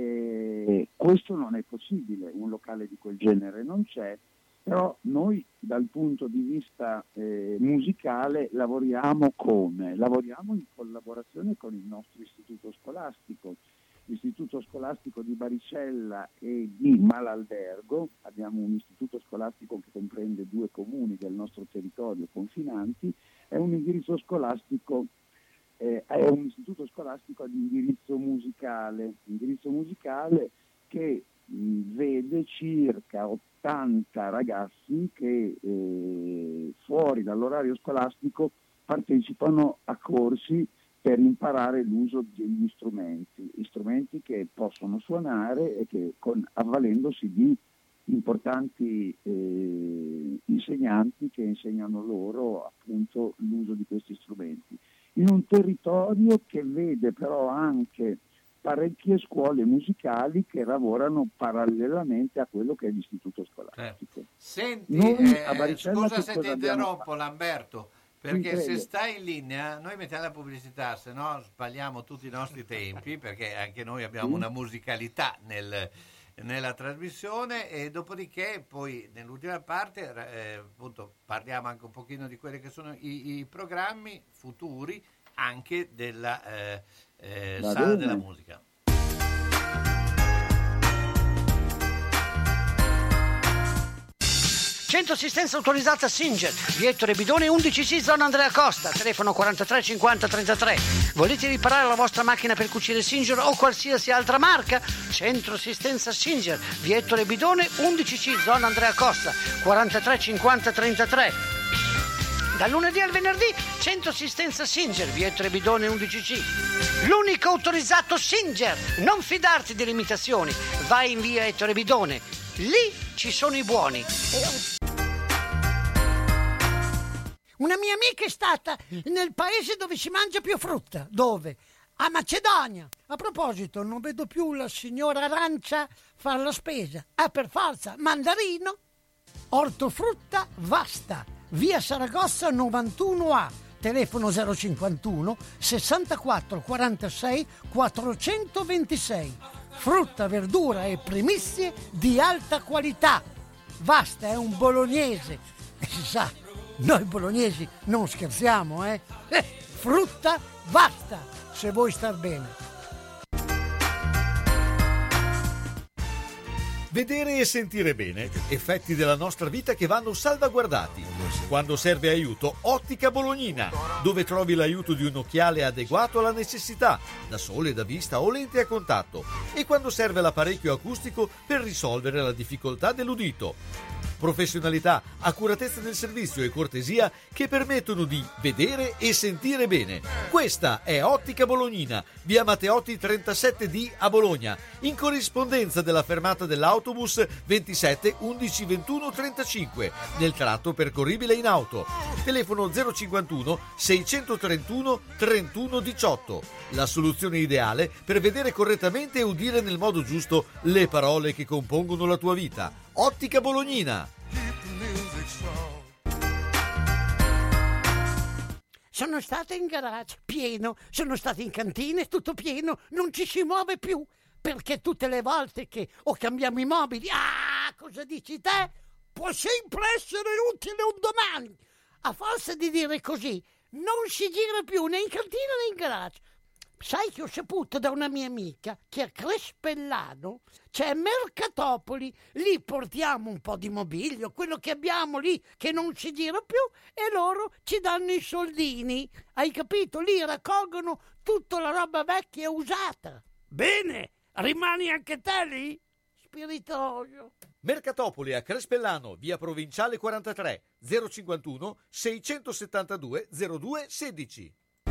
eh, questo non è possibile, un locale di quel genere non c'è, però noi dal punto di vista eh, musicale lavoriamo come? Lavoriamo in collaborazione con il nostro istituto scolastico, l'istituto scolastico di Baricella e di Malalbergo. Abbiamo un istituto scolastico che comprende due comuni del nostro territorio confinanti, è un indirizzo scolastico Eh, è un istituto scolastico ad indirizzo musicale, indirizzo musicale che mh, vede circa ottanta ragazzi che eh, fuori dall'orario scolastico partecipano a corsi per imparare l'uso degli strumenti, strumenti che possono suonare e che con, avvalendosi di importanti eh, insegnanti che insegnano loro appunto l'uso di questi strumenti, in un territorio che vede però anche parecchie scuole musicali che lavorano parallelamente a quello che è l'istituto scolastico. Senti, Noi eh, a Baricella scusa che se cosa ti abbiamo interrompo fatto? Lamberto, perché Sì, se prego. stai in linea noi mettiamo la pubblicità, se no sbagliamo tutti i nostri tempi, perché anche noi abbiamo Sì. una musicalità nel, nella trasmissione, e dopodiché poi nell'ultima parte eh, appunto parliamo anche un pochino di quelli che sono i, i programmi futuri anche della eh, eh, Va sala bene. della musica. Centro assistenza autorizzata Singer, via Ettore Bidone undici C, zona Andrea Costa, telefono quarantatré cinquanta trentatré. Volete riparare la vostra macchina per cucire Singer o qualsiasi altra marca? Centro assistenza Singer, via Ettore Bidone undici C, zona Andrea Costa, quarantatré cinquanta trentatré. Dal lunedì al venerdì, centro assistenza Singer, via Ettore Bidone undici C. L'unico autorizzato Singer. Non fidarti delle imitazioni. Vai in via Ettore Bidone. Lì ci sono i buoni. Una mia amica è stata nel paese dove si mangia più frutta. Dove? A Macedonia. A proposito, non vedo più la signora Arancia fare la spesa. Ah, per forza, mandarino. Ortofrutta Vasta, via Saragossa novantuno A, telefono zero cinquantuno sessantaquattro quarantasei quattrocentoventisei. Frutta, verdura e primizie di alta qualità. Vasta è un bolognese. E si sa, noi bolognesi non scherziamo, eh? eh frutta Vasta, se vuoi star bene. Vedere e sentire bene, effetti della nostra vita che vanno salvaguardati. Quando serve aiuto, Ottica Bolognina, dove trovi l'aiuto di un occhiale adeguato alla necessità, da sole, da vista o lente a contatto, e quando serve l'apparecchio acustico per risolvere la difficoltà dell'udito. Professionalità, accuratezza del servizio e cortesia che permettono di vedere e sentire bene. Questa è Ottica Bolognina, via Matteotti trentasette D a Bologna, in corrispondenza della fermata dell'autobus ventisette undici ventuno trentacinque, nel tratto percorribile in auto. Telefono zero cinquantuno seicentotrentuno trentuno diciotto. La soluzione ideale per vedere correttamente e udire nel modo giusto le parole che compongono la tua vita. Ottica Bolognina. Sono stata in garage, pieno, sono stata in cantina, tutto pieno, non ci si muove più, perché tutte le volte che o cambiamo i mobili, ah, cosa dici te? Può sempre essere utile un domani. A forza di dire così, non si gira più né in cantina né in garage. Sai che ho saputo da una mia amica che a Crespellano c'è Mercatopoli, lì portiamo un po' di mobilio, quello che abbiamo lì che non si gira più, e loro ci danno i soldini, hai capito? Lì raccolgono tutta la roba vecchia e usata. Bene, rimani anche te lì? Spiritoso. Mercatopoli a Crespellano, via Provinciale quarantatré, zero cinquantuno seicentosettantadue zero due sedici.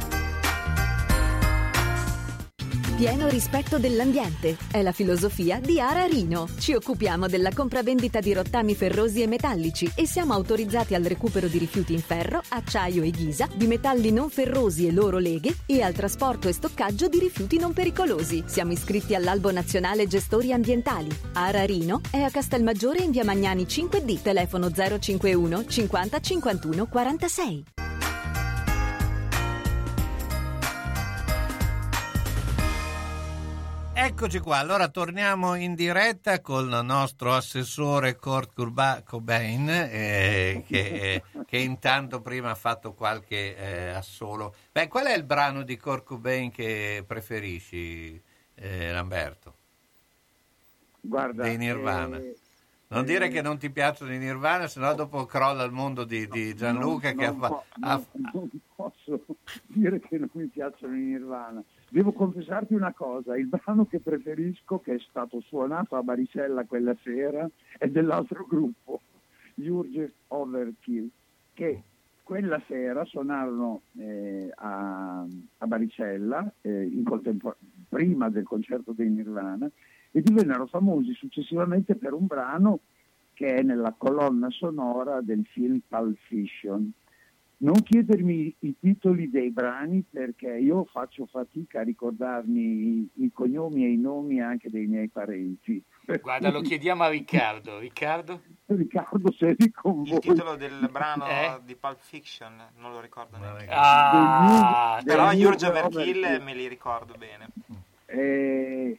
Pieno rispetto dell'ambiente è la filosofia di Ara Rino. Ci occupiamo della compravendita di rottami ferrosi e metallici e siamo autorizzati al recupero di rifiuti in ferro, acciaio e ghisa, di metalli non ferrosi e loro leghe e al trasporto e stoccaggio di rifiuti non pericolosi. Siamo iscritti all'Albo Nazionale Gestori Ambientali. Ara Rino è a Castelmaggiore in via Magnani cinque D, telefono zero cinquantuno cinquanta cinquantuno quarantasei. Eccoci qua, allora torniamo in diretta con il nostro assessore Kurt Cobain, eh, che, che intanto prima ha fatto qualche eh, assolo. Beh, qual è il brano di Kurt Cobain che preferisci, eh, Lamberto? Guarda, dei Nirvana. Eh, non eh, dire che non ti piacciono i Nirvana, sennò dopo crolla il mondo di, di Gianluca non, che non ha, po- ha... non, non posso dire che non mi piacciono i Nirvana. Devo confessarti una cosa, il brano che preferisco, che è stato suonato a Baricella quella sera, è dell'altro gruppo, Urge Overkill, che quella sera suonarono eh, a, a Baricella eh, in contempor- prima del concerto dei Nirvana, e divennero famosi successivamente per un brano che è nella colonna sonora del film Pulp Fiction. Non chiedermi i titoli dei brani perché io faccio fatica a ricordarmi i, i cognomi e i nomi anche dei miei parenti. Guarda, lo chiediamo a Riccardo. Riccardo? Riccardo, sei con voi. Il titolo del brano Eh? di Pulp Fiction non lo ricordo neanche. Ah, Del- però del- Urge del- Overkill Overkill. me li ricordo bene. Eh,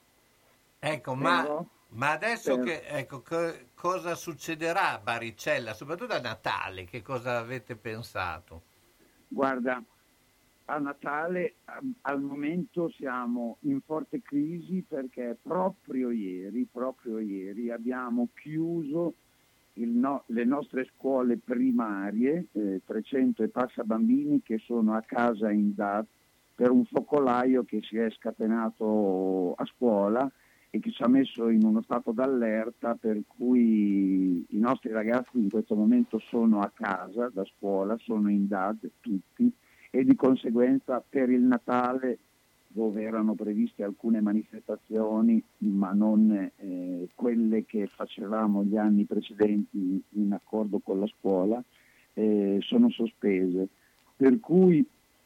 Ecco, ma, Però- ma adesso però- che ecco, co- cosa succederà a Baricella, soprattutto a Natale, che cosa avete pensato? Guarda, a Natale a- al momento siamo in forte crisi perché proprio ieri, proprio ieri abbiamo chiuso il no- le nostre scuole primarie, eh, trecento e passa bambini che sono a casa in D A D per un focolaio che si è scatenato a scuola e che ci ha messo in uno stato d'allerta, per cui i nostri ragazzi in questo momento sono a casa da scuola, sono in D A D tutti, e di conseguenza per il Natale, dove erano previste alcune manifestazioni ma non eh, quelle che facevamo gli anni precedenti in accordo con la scuola, eh, sono sospese, per cui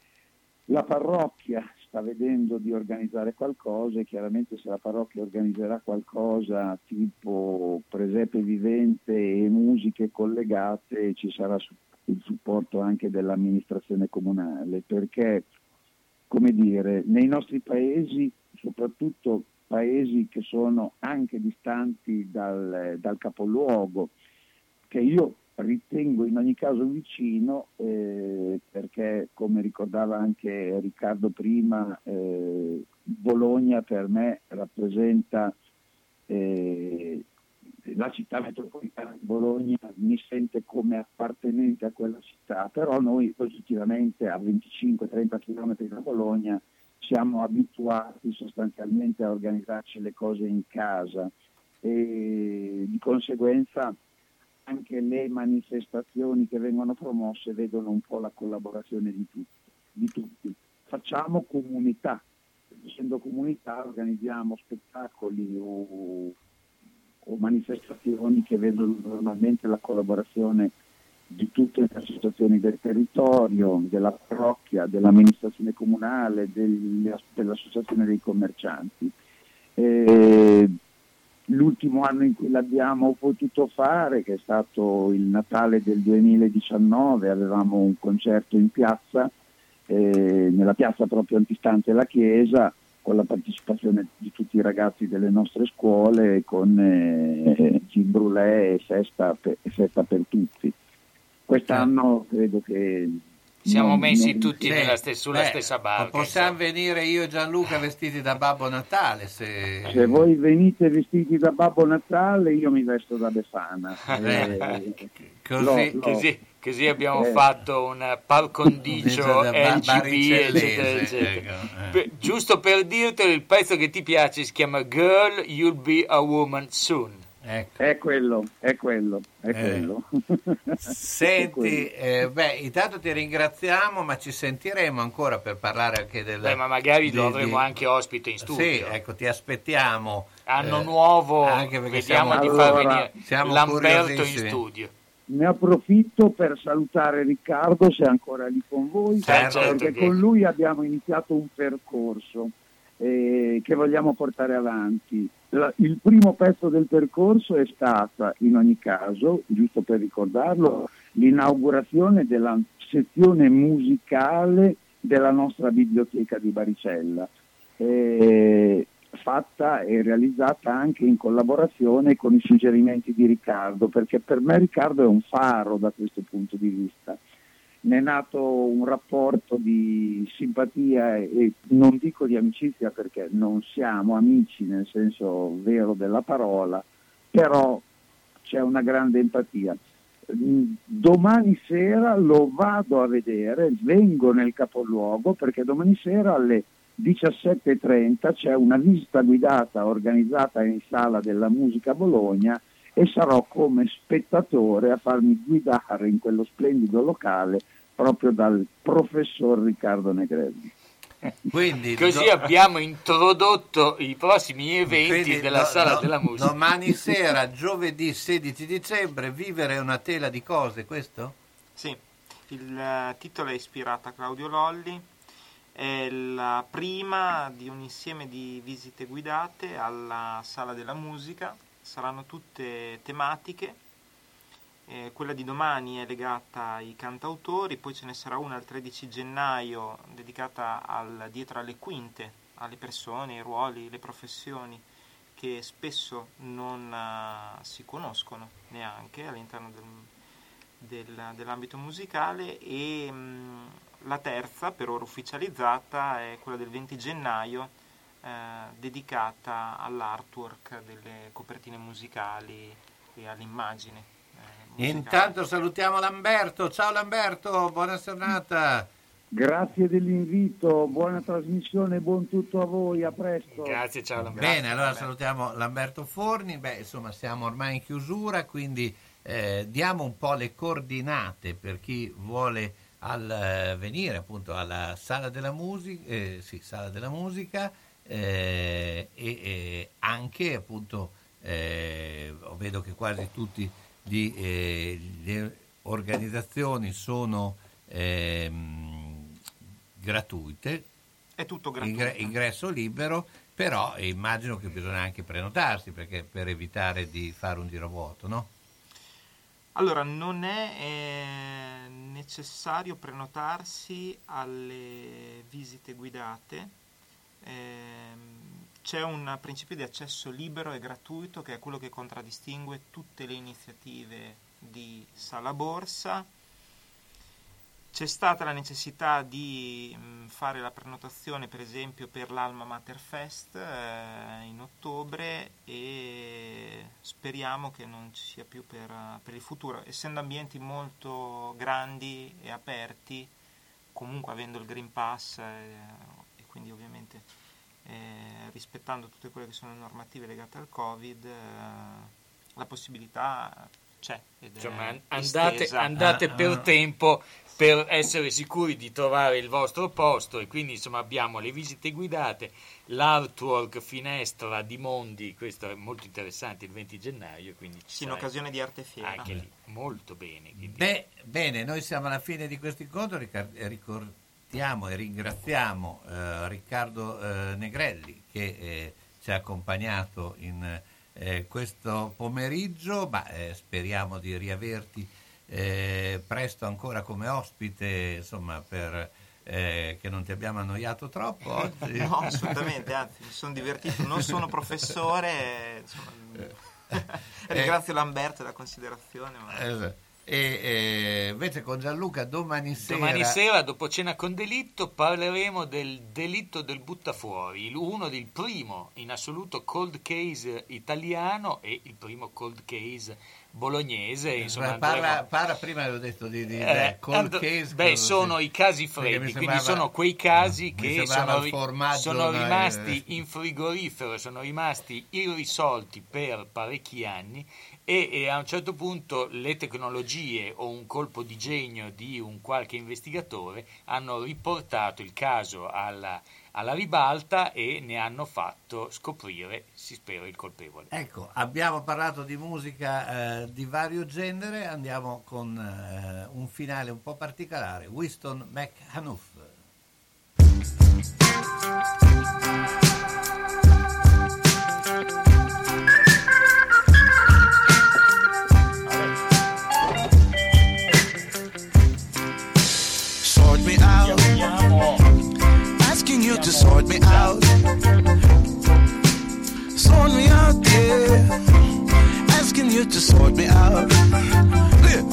la parrocchia sta vedendo di organizzare qualcosa e chiaramente se la parrocchia organizzerà qualcosa tipo presepe vivente e musiche collegate ci sarà su- il supporto anche dell'amministrazione comunale, perché come dire, nei nostri paesi, soprattutto paesi che sono anche distanti dal, dal capoluogo, che io ritengo in ogni caso vicino, eh, perché come ricordava anche Riccardo prima, eh, Bologna per me rappresenta eh, la città metropolitana di Bologna, mi sente come appartenente a quella città, però noi oggettivamente a venticinque trenta chilometri da Bologna siamo abituati sostanzialmente a organizzarci le cose in casa e di conseguenza anche le manifestazioni che vengono promosse vedono un po' la collaborazione di tutti. Di tutti. Facciamo comunità, essendo comunità organizziamo spettacoli o, o manifestazioni che vedono normalmente la collaborazione di tutte le associazioni del territorio, della parrocchia, dell'amministrazione comunale, delle, dell'associazione dei commercianti. E, l'ultimo anno in cui l'abbiamo potuto fare, che è stato il Natale del duemiladiciannove, avevamo un concerto in piazza, eh, nella piazza proprio antistante la chiesa, con la partecipazione di tutti i ragazzi delle nostre scuole, con eh, gin brûlé e festa per, e festa per tutti. Quest'anno credo che Siamo non- messi non- tutti Sì. nella stes- sulla Beh, stessa barca. Possiamo venire io e Gianluca vestiti da Babbo Natale se... Se voi venite vestiti da Babbo Natale, io mi vesto da Befana. Eh, Così- lo- lo- Così, così abbiamo Eh. fatto un par condicio Da ba- L G B, baricellese, eccetera, eccetera. ecco, eh. Per- giusto per dirtelo, il pezzo che ti piace si chiama Girl, You'll Be a Woman Soon. Ecco. È quello, è quello, è Eh. quello. Senti, eh, beh, intanto ti ringraziamo, ma ci sentiremo ancora per parlare anche del... Beh, ma magari lo di- avremo di- anche ospite in studio. Sì, ecco, ti aspettiamo. Anno eh, nuovo, anche perché vediamo siamo- di far Allora, venire siamo Lamberto in curiosissimi. studio. Ne approfitto per salutare Riccardo, se è ancora lì con voi, Certo, perché che- con lui abbiamo iniziato un percorso eh, che vogliamo portare avanti. La- il primo pezzo del percorso è stata, in ogni caso, giusto per ricordarlo, l'inaugurazione della sezione musicale della nostra biblioteca di Baricella, eh, fatta e realizzata anche in collaborazione con i suggerimenti di Riccardo, perché per me Riccardo è un faro da questo punto di vista. Ne è nato un rapporto di simpatia e, e non dico di amicizia perché non siamo amici nel senso vero della parola, però c'è una grande empatia. Mm, Domani sera lo vado a vedere, vengo nel capoluogo perché domani sera alle diciassette e trenta c'è una visita guidata organizzata in Sala della Musica a Bologna e sarò come spettatore a farmi guidare in quello splendido locale proprio dal professor Riccardo Negrelli. Quindi, Così do- abbiamo introdotto i prossimi eventi Quindi della do- Sala do- della Musica. Domani sera, giovedì sedici dicembre, Vivere una tela di cose, questo? Sì, il eh, titolo è ispirato a Claudio Lolli, è la prima di un insieme di visite guidate alla Sala della Musica, saranno tutte tematiche, eh, quella di domani è legata ai cantautori, poi ce ne sarà una il tredici gennaio dedicata al dietro alle quinte, alle persone, ai ruoli, le professioni che spesso non eh, si conoscono neanche all'interno del, del, dell'ambito musicale e mh, la terza, per ora ufficializzata, è quella del venti gennaio, eh, dedicata all'artwork delle copertine musicali e all'immagine. eh, musicale. Intanto salutiamo Lamberto. Ciao Lamberto, buona giornata. Grazie dell'invito, buona trasmissione, buon tutto a voi, a presto. Grazie, ciao Lamberto. Bene, allora salutiamo Lamberto Forni. Beh, insomma, siamo ormai in chiusura, quindi eh, diamo un po' le coordinate per chi vuole al, eh, venire appunto alla Sala della Musica, eh, sì, Sala della Musica eh, e, e anche appunto eh, vedo che quasi tutte eh, le organizzazioni sono ehm, gratuite, È tutto gratuito. ingre- ingresso libero, però immagino che bisogna anche prenotarsi perché per evitare di fare un giro vuoto, no? Allora, non è eh, necessario prenotarsi alle visite guidate, ehm, c'è un principio di accesso libero e gratuito che è quello che contraddistingue tutte le iniziative di Sala Borsa. C'è stata la necessità di mh, fare la prenotazione per esempio per l'Alma Mater Fest eh, in ottobre e speriamo che non ci sia più per, per il futuro, essendo ambienti molto grandi e aperti, comunque avendo il Green Pass eh, e quindi ovviamente eh, rispettando tutte quelle che sono le normative legate al Covid, eh, la possibilità c'è. Ed Insomma, è andate, estesa. andate Ah, per ah. tempo per essere sicuri di trovare il vostro posto e quindi insomma abbiamo le visite guidate, l'artwork finestra di Mondi, questo è molto interessante, il venti gennaio, quindi ci Sì, in sarà occasione di Arte Fiera. anche lì, molto bene. quindi- Beh, bene, noi siamo alla fine di questo incontro, ricar- ricordiamo e ringraziamo eh, Riccardo eh, Negrelli che eh, ci ha accompagnato in eh, questo pomeriggio, ma eh, speriamo di riaverti eh, presto ancora come ospite, insomma, per eh, che non ti abbiamo annoiato troppo oggi. No, assolutamente, anzi, mi sono divertito, non sono professore, insomma, ringrazio Lamberto della considerazione. Ma... Eh, E eh, invece con Gianluca domani sera Domani sera, dopo cena con delitto, parleremo del delitto del buttafuori, il- uno del primo in assoluto cold case italiano e il primo cold case bolognese. Insomma, parla, andremo- parla prima avevo detto di, di Eh, cold and- case, beh, cosa- sono i casi perché freddi, mi quindi sembrava- sono quei casi mi che sembrava sono, il ri- formaggio, sono no, rimasti eh. in frigorifero, sono rimasti irrisolti per parecchi anni e, e a un certo punto le tecnologie o un colpo di genio di un qualche investigatore hanno riportato il caso alla, alla ribalta e ne hanno fatto scoprire, si spera, il colpevole. Ecco, abbiamo parlato di musica eh, di vario genere, andiamo con eh, un finale un po' particolare, Winston McAnuff. Sort me out. Asking you to sort me out. Sort me out, yeah. Asking you to sort me out. Yeah.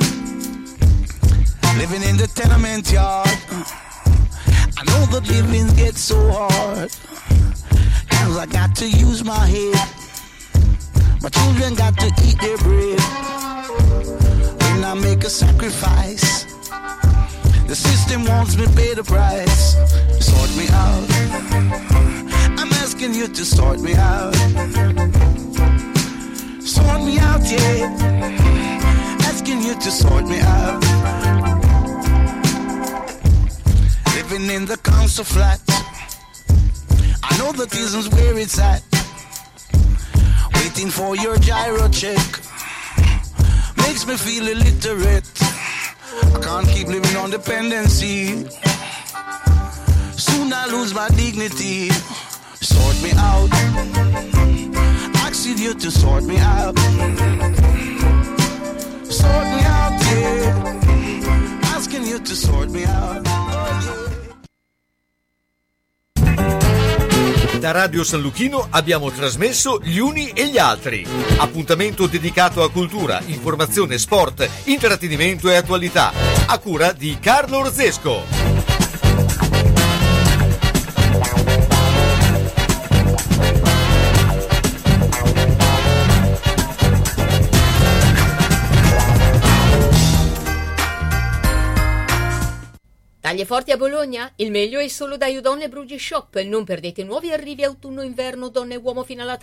Living in the tenement yard. I know the living gets so hard. Cause I got to use my head. My children got to eat their bread. When I make a sacrifice, the system wants me to pay the price. Sort me out. I'm asking you to sort me out. Sort me out, yeah. Asking you to sort me out. Living in the council flat. I know that isn't where it's at. Waiting for your gyro check makes me feel illiterate. I can't keep living on dependency. Soon I lose my dignity. Sort me out. Asking you to sort me out. Sort me out, yeah. Asking you to sort me out. Da Radio San Luchino abbiamo trasmesso Gli Uni e gli Altri. Appuntamento dedicato a cultura, informazione, sport, intrattenimento e attualità. A cura di Carlo Orzesco. Taglie forti a Bologna? Il meglio è solo da You Donne Brugi Shop. Non perdete nuovi arrivi autunno-inverno donne e uomo fino alla